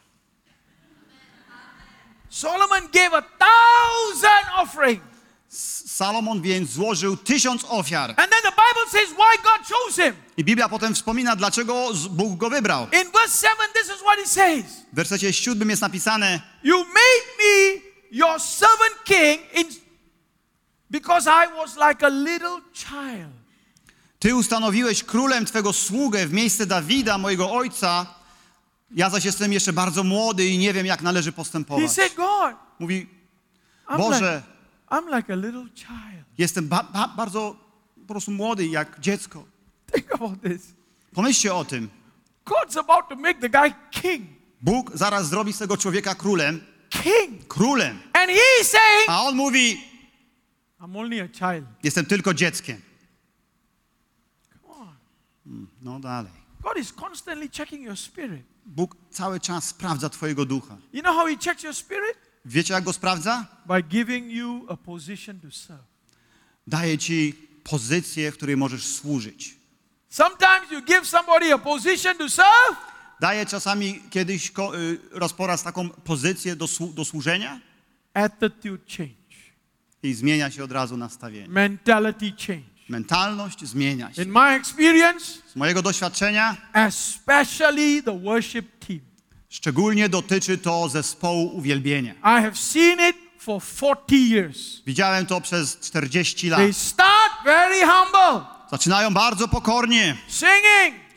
Solomon gave 1000 offering. Salomon więc złożył 1000 ofiar. And then the Bible says why God chose him. I Biblia potem wspomina, dlaczego Bóg go wybrał. In verse 7, this is what he says. W wersecie 7 jest napisane, You made me your servant king because I was like a little child. ty ustanowiłeś królem twego sługę w miejsce Dawida, mojego ojca. Ja zaś jestem jeszcze bardzo młody i nie wiem, jak należy He postępować. said, God, Mówi, Boże, I'm like a little child. jestem bardzo po prostu młody, jak dziecko. Think about this. Pomyślcie o tym. God's about to make the guy king. Bóg zaraz zrobi z tego człowieka królem. King. Królem. And he's saying, A on mówi, I'm only a child. jestem tylko dzieckiem. Come on. No dalej. God is constantly checking your spirit. Bóg cały czas sprawdza twojego ducha. You know how he checks your spirit? Wiecie, jak go sprawdza? By giving you a position to serve. Daje ci pozycję, w której możesz służyć. Sometimes you give somebody a position to serve. Daje czasami kiedyś raz po raz taką pozycję do służenia Attitude change. i zmienia się od razu nastawienie. Mentality change. Mentalność zmienia się. In my experience, Z mojego doświadczenia especially the worship team, szczególnie dotyczy to zespołu uwielbienia. I have seen it for 40 years. Widziałem to przez 40 lat. They start very humble, Zaczynają bardzo pokornie, singing,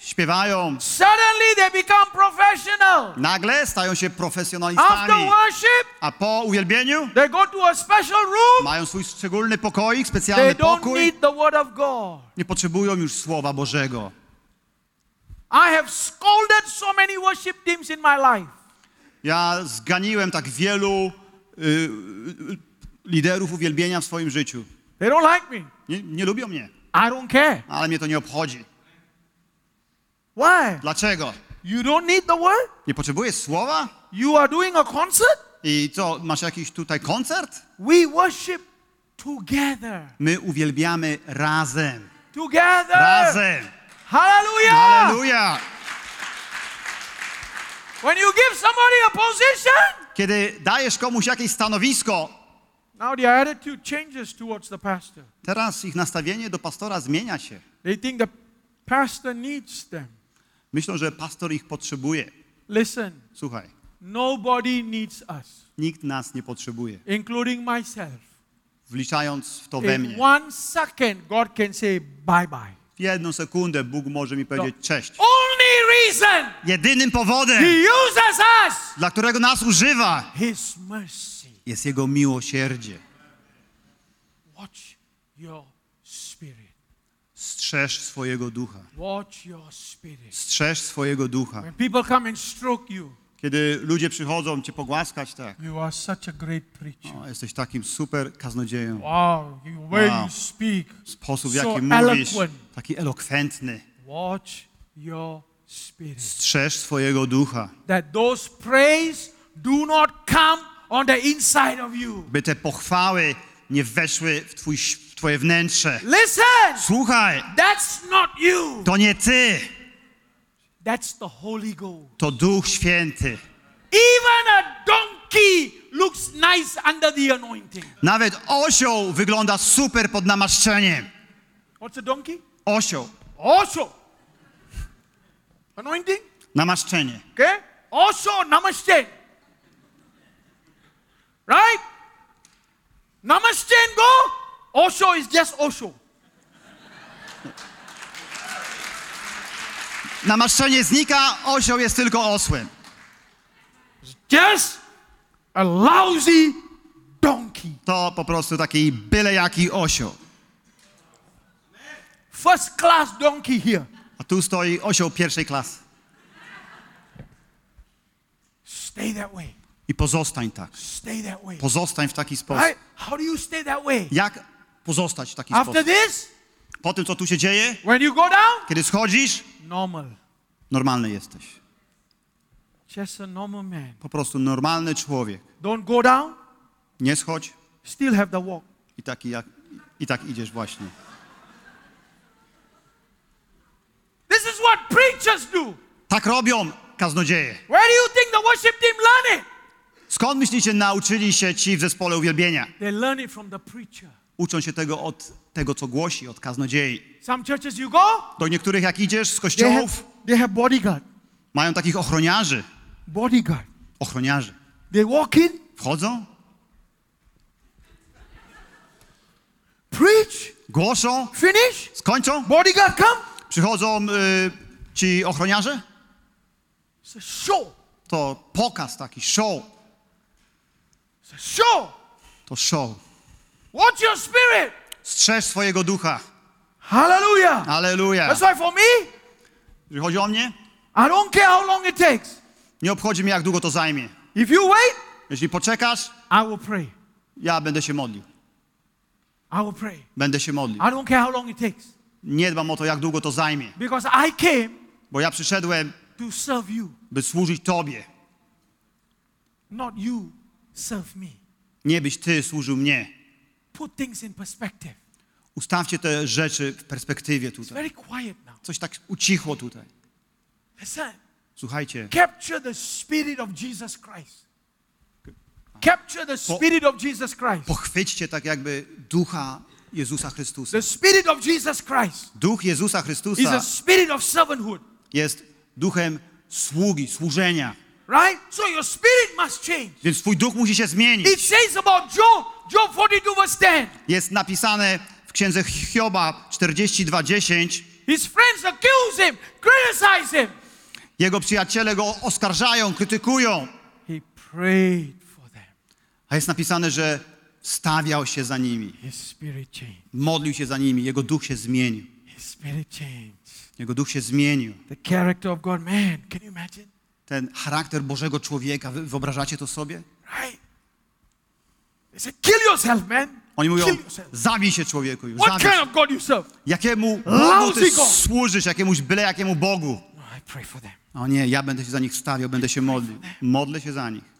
śpiewają, suddenly they become professional. nagle stają się profesjonalistami. After worship, A po uwielbieniu they go to a special room. mają swój szczególny pokoik, They specjalny don't pokój. need the word of God. Nie potrzebują już Słowa Bożego. I have scolded so many worship teams in my life. Ja zganiłem tak wielu liderów uwielbienia w swoim życiu. They don't like me. Nie lubią mnie, I don't care. ale mnie to nie obchodzi. Why? Dlaczego? You don't need the word? Nie potrzebujesz Słowa? You are doing a concert? I co, masz jakiś tutaj koncert? We worship together. My uwielbiamy razem. Together. Razem. Hallelujah. Halleluja! When you give somebody a position, Kiedy dajesz komuś jakieś stanowisko, now their attitude changes towards the pastor. teraz ich nastawienie do pastora zmienia się. They think the pastor needs them. Myślą, że pastor ich potrzebuje. Listen, Słuchaj, nobody needs us, nikt nas nie potrzebuje. including myself. Wliczając w to we In mnie. 1 second, God can say bye-bye. W 1 sekundę Bóg może mi powiedzieć cześć. Only reason Jedynym powodem, He uses us, dla którego nas używa, His mercy. jest Jego miłosierdzie. Watch your spirit. Strzeż swojego ducha. Watch your spirit. Strzeż swojego ducha. When people come and stroke you, Kiedy ludzie przychodzą Cię pogłaskać, tak. you are such a great preacher. O, jesteś takim super kaznodzieją. Wow, the way Wow. you speak, Sposób, w so jaki mówisz, eloquent. taki elokwentny. Watch your spirit. Strzeż swojego ducha. That those praise do not come on the inside of you. By te pochwały nie weszły w Twoje wnętrze. Listen, Słuchaj, that's not you. to nie Ty, That's the Holy Ghost. to Duch Święty. Even a donkey looks nice under the anointing. Nawet osioł wygląda super pod namaszczeniem. What's a donkey? Osioł, Also. Anointing? namaszczenie. Okay? Also namaste. Right? Namaste and go. Osho is just Osho. Namaszczenie znika, osioł jest tylko osłem. Just a lousy donkey. To po prostu taki byle jaki osioł. First class donkey here. A tu stoi osioł pierwszej klasy. Stay that way. I pozostań tak. Stay that way. Pozostań w taki sposób. Right? How do you stay that way? Jak pozostać w taki After sposób? this, Po tym, co tu się dzieje, when you go down, kiedy schodzisz, normal. normalny jesteś. Just a normal man. Po prostu normalny człowiek. Don't go down, Nie schodź still have the walk. i tak idziesz właśnie. This is what preachers do. Tak robią kaznodzieje. Where do you think the worship team learn it? Skąd myślicie, nauczyli się ci w zespole uwielbienia? They learn it from the preacher. Uczą się tego od tego, co głosi, od kaznodziei. Some churches you go, Do niektórych, jak idziesz z they kościołów, have bodyguard. mają takich ochroniarzy. Bodyguard. Ochroniarzy. They walk in, Wchodzą, preach, głoszą, finish, skończą, bodyguard come. przychodzą ci ochroniarze. It's a show. To pokaz taki, show. It's a show. To show. Watch your spirit. Strzeż swojego ducha. Hallelujah. Alleluja. That's why for me, Jeżeli chodzi o mnie, I don't care how long it takes. nie obchodzi mnie, jak długo to zajmie. If you wait, Jeśli poczekasz, I will pray. ja będę się modlił. I will pray. Będę się modlił. I don't care how long it takes. Nie dbam o to, jak długo to zajmie. Because I came Bo ja przyszedłem, to serve you, by służyć Tobie. not you serve me. Nie byś Ty służył mnie. Put things in perspective. Ustawcie te rzeczy w perspektywie It's tutaj. very quiet now. Coś tak ucichło tutaj. Listen. Słuchajcie, Capture the spirit of Jesus Christ. Capture the spirit of Jesus Christ. pochwyćcie tak jakby ducha Jezusa Chrystusa. The spirit of Jesus Christ Duch Jezusa is a Chrystusa spirit of servanthood. jest duchem sługi, służenia. Right? So your spirit must change. Więc twój duch musi się zmienić. It says about Job, Job 42 verse 10. Jest napisane w księdze Hioba 42:10. His friends accuse him, criticize him. Jego przyjaciele go oskarżają, krytykują. He prayed for them. A jest napisane, że stawiał się za nimi. His spirit changed. Modlił się za nimi. Jego duch się zmienił. His spirit changed. Jego duch się zmienił. The character of God, man, can you imagine? Ten charakter Bożego człowieka, wy wyobrażacie to sobie? Right? They said, kill yourself, man. Oni mówią, Kill yourself. zabij się człowieku już, What zabij kind się. of God you serve? Jakiemu Bogu Lousy ty God. służysz, byle jakiemu Bogu? No, I pray for them. O nie, ja będę się za nich stawiał, będę się modlił. Modlę się za nich.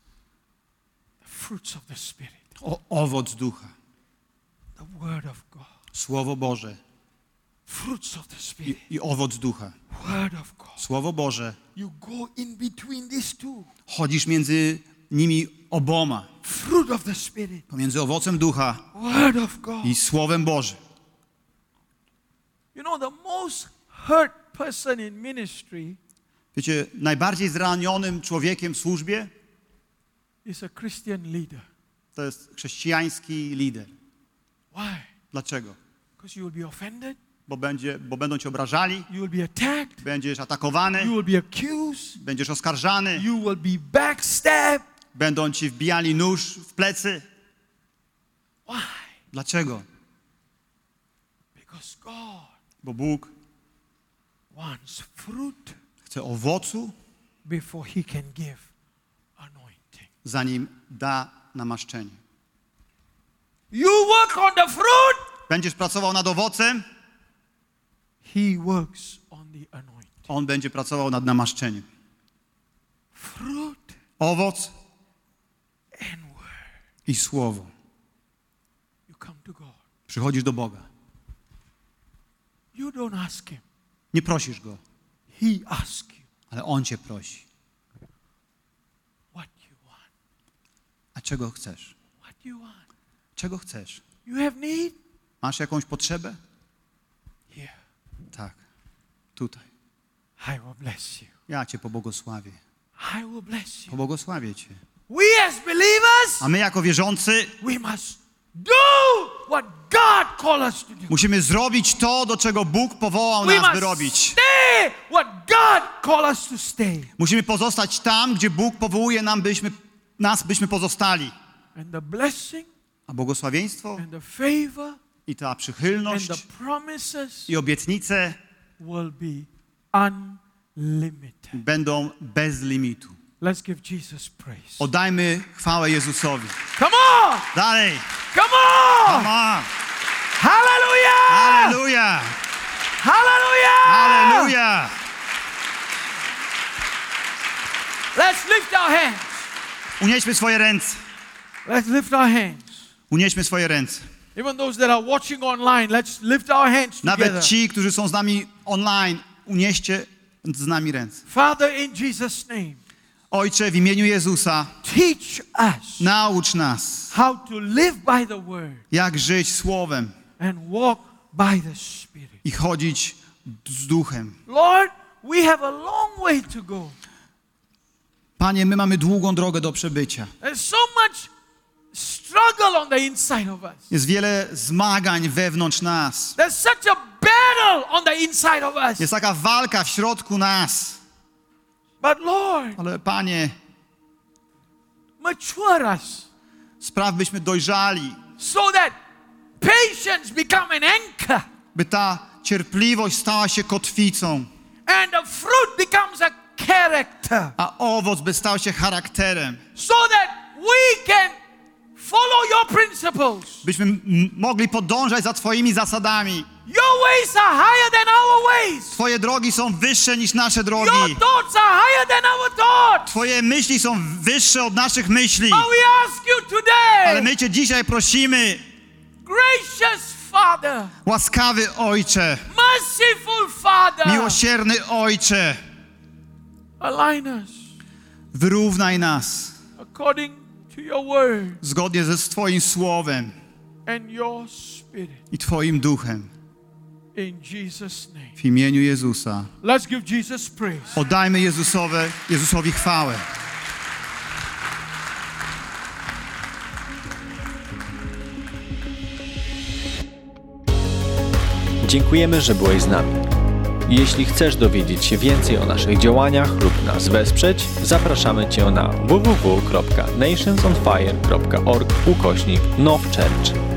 The fruits of the Spirit. Owoc ducha, The Word of God. Słowo Boże Fruits of the Spirit. i owoc ducha. Word of God. Słowo Boże. You go in between these two. Chodzisz między nimi oboma. Fruit of the Spirit. Pomiędzy owocem ducha Word of God. i Słowem Bożym. You know, the most hurt person in ministry Wiecie, najbardziej zranionym człowiekiem w służbie is a Christian leader. to jest chrześcijański lider. Why? Dlaczego? Because you will be offended, Bo będą cię obrażali, you will be attacked, będziesz atakowany, you will be accused, będziesz oskarżany, you will be backstabbed. będą ci wbijali nóż w plecy. Why? Dlaczego? Because God Bo Bóg wants fruit chce owocu, before He can give anointing. zanim da namaszczenie. You work on the fruit, Będziesz pracował nad owocem, He works on the anointing. On będzie pracował nad namaszczeniem. Fruit Owoc and word. i Słowo. You come to God. Przychodzisz do Boga. You don't ask Him. Nie prosisz Go, He asks you ale On cię prosi. what you want. A czego chcesz? What you want. Czego chcesz? You have need? Masz jakąś potrzebę? Here. Tak. Tutaj. I will bless you. Ja cię pobłogosławię. I will bless you. Pobłogosławię cię. We as believers, A my jako wierzący we must do what God called us to do. musimy zrobić to, do czego Bóg powołał We nas, by must robić. stay what God called us to stay. Musimy pozostać tam, gdzie Bóg powołuje byśmy pozostali. And the blessing A błogosławieństwo and the favor i ta and przychylność the promises i obietnice will be unlimited. będą bez limitu. Let's give Jesus praise. Oddajmy chwałę Jezusowi. Come on! Dalej. Come on! Come on. Hallelujah! Halleluja. Hallelujah! Halleluja. Let's lift our hands. Unieśmy swoje ręce. Let's lift our hands. Unieśmy swoje ręce. Even those that are watching online, let's lift our hands together. Nawet ci, którzy są z nami online, unieście z nami ręce. Father, in Jesus' name, Ojcze, w imieniu Jezusa, teach us naucz nas, how to live by the word jak żyć Słowem and walk by the Spirit. i chodzić z Duchem. Lord, we have a long way to go. Panie, my mamy długą drogę do przebycia. There's so much struggle on the inside of us. Jest wiele zmagań wewnątrz nas. There's such a battle on the inside of us. Jest taka walka w środku nas. But Lord, Ale Panie, mature us spraw, byśmy dojrzali, so that patience become an anchor by ta cierpliwość stała się kotwicą, and the fruit becomes a character, a owoc by stał się charakterem. so that we can follow your principles. Byśmy mogli podążać za Twoimi zasadami. Your ways are higher than our ways. Twoje drogi są wyższe niż nasze drogi. Your thoughts are higher than our thoughts. Twoje myśli są wyższe od naszych myśli. But we ask you today, Ale my Cię dzisiaj prosimy, gracious Father, łaskawy Ojcze, merciful Father, miłosierny Ojcze, align us wyrównaj nas according to your word zgodnie ze Twoim Słowem and your Spirit. i Twoim Duchem. In Jesus' name. W imieniu Jezusa. Let's give Jesus praise. Oddajmy Jezusowi chwałę. Dziękujemy, że byłeś z nami. Jeśli chcesz dowiedzieć się więcej o naszych działaniach lub nas wesprzeć, zapraszamy Cię na www.nationsonfire.org/nowchurch.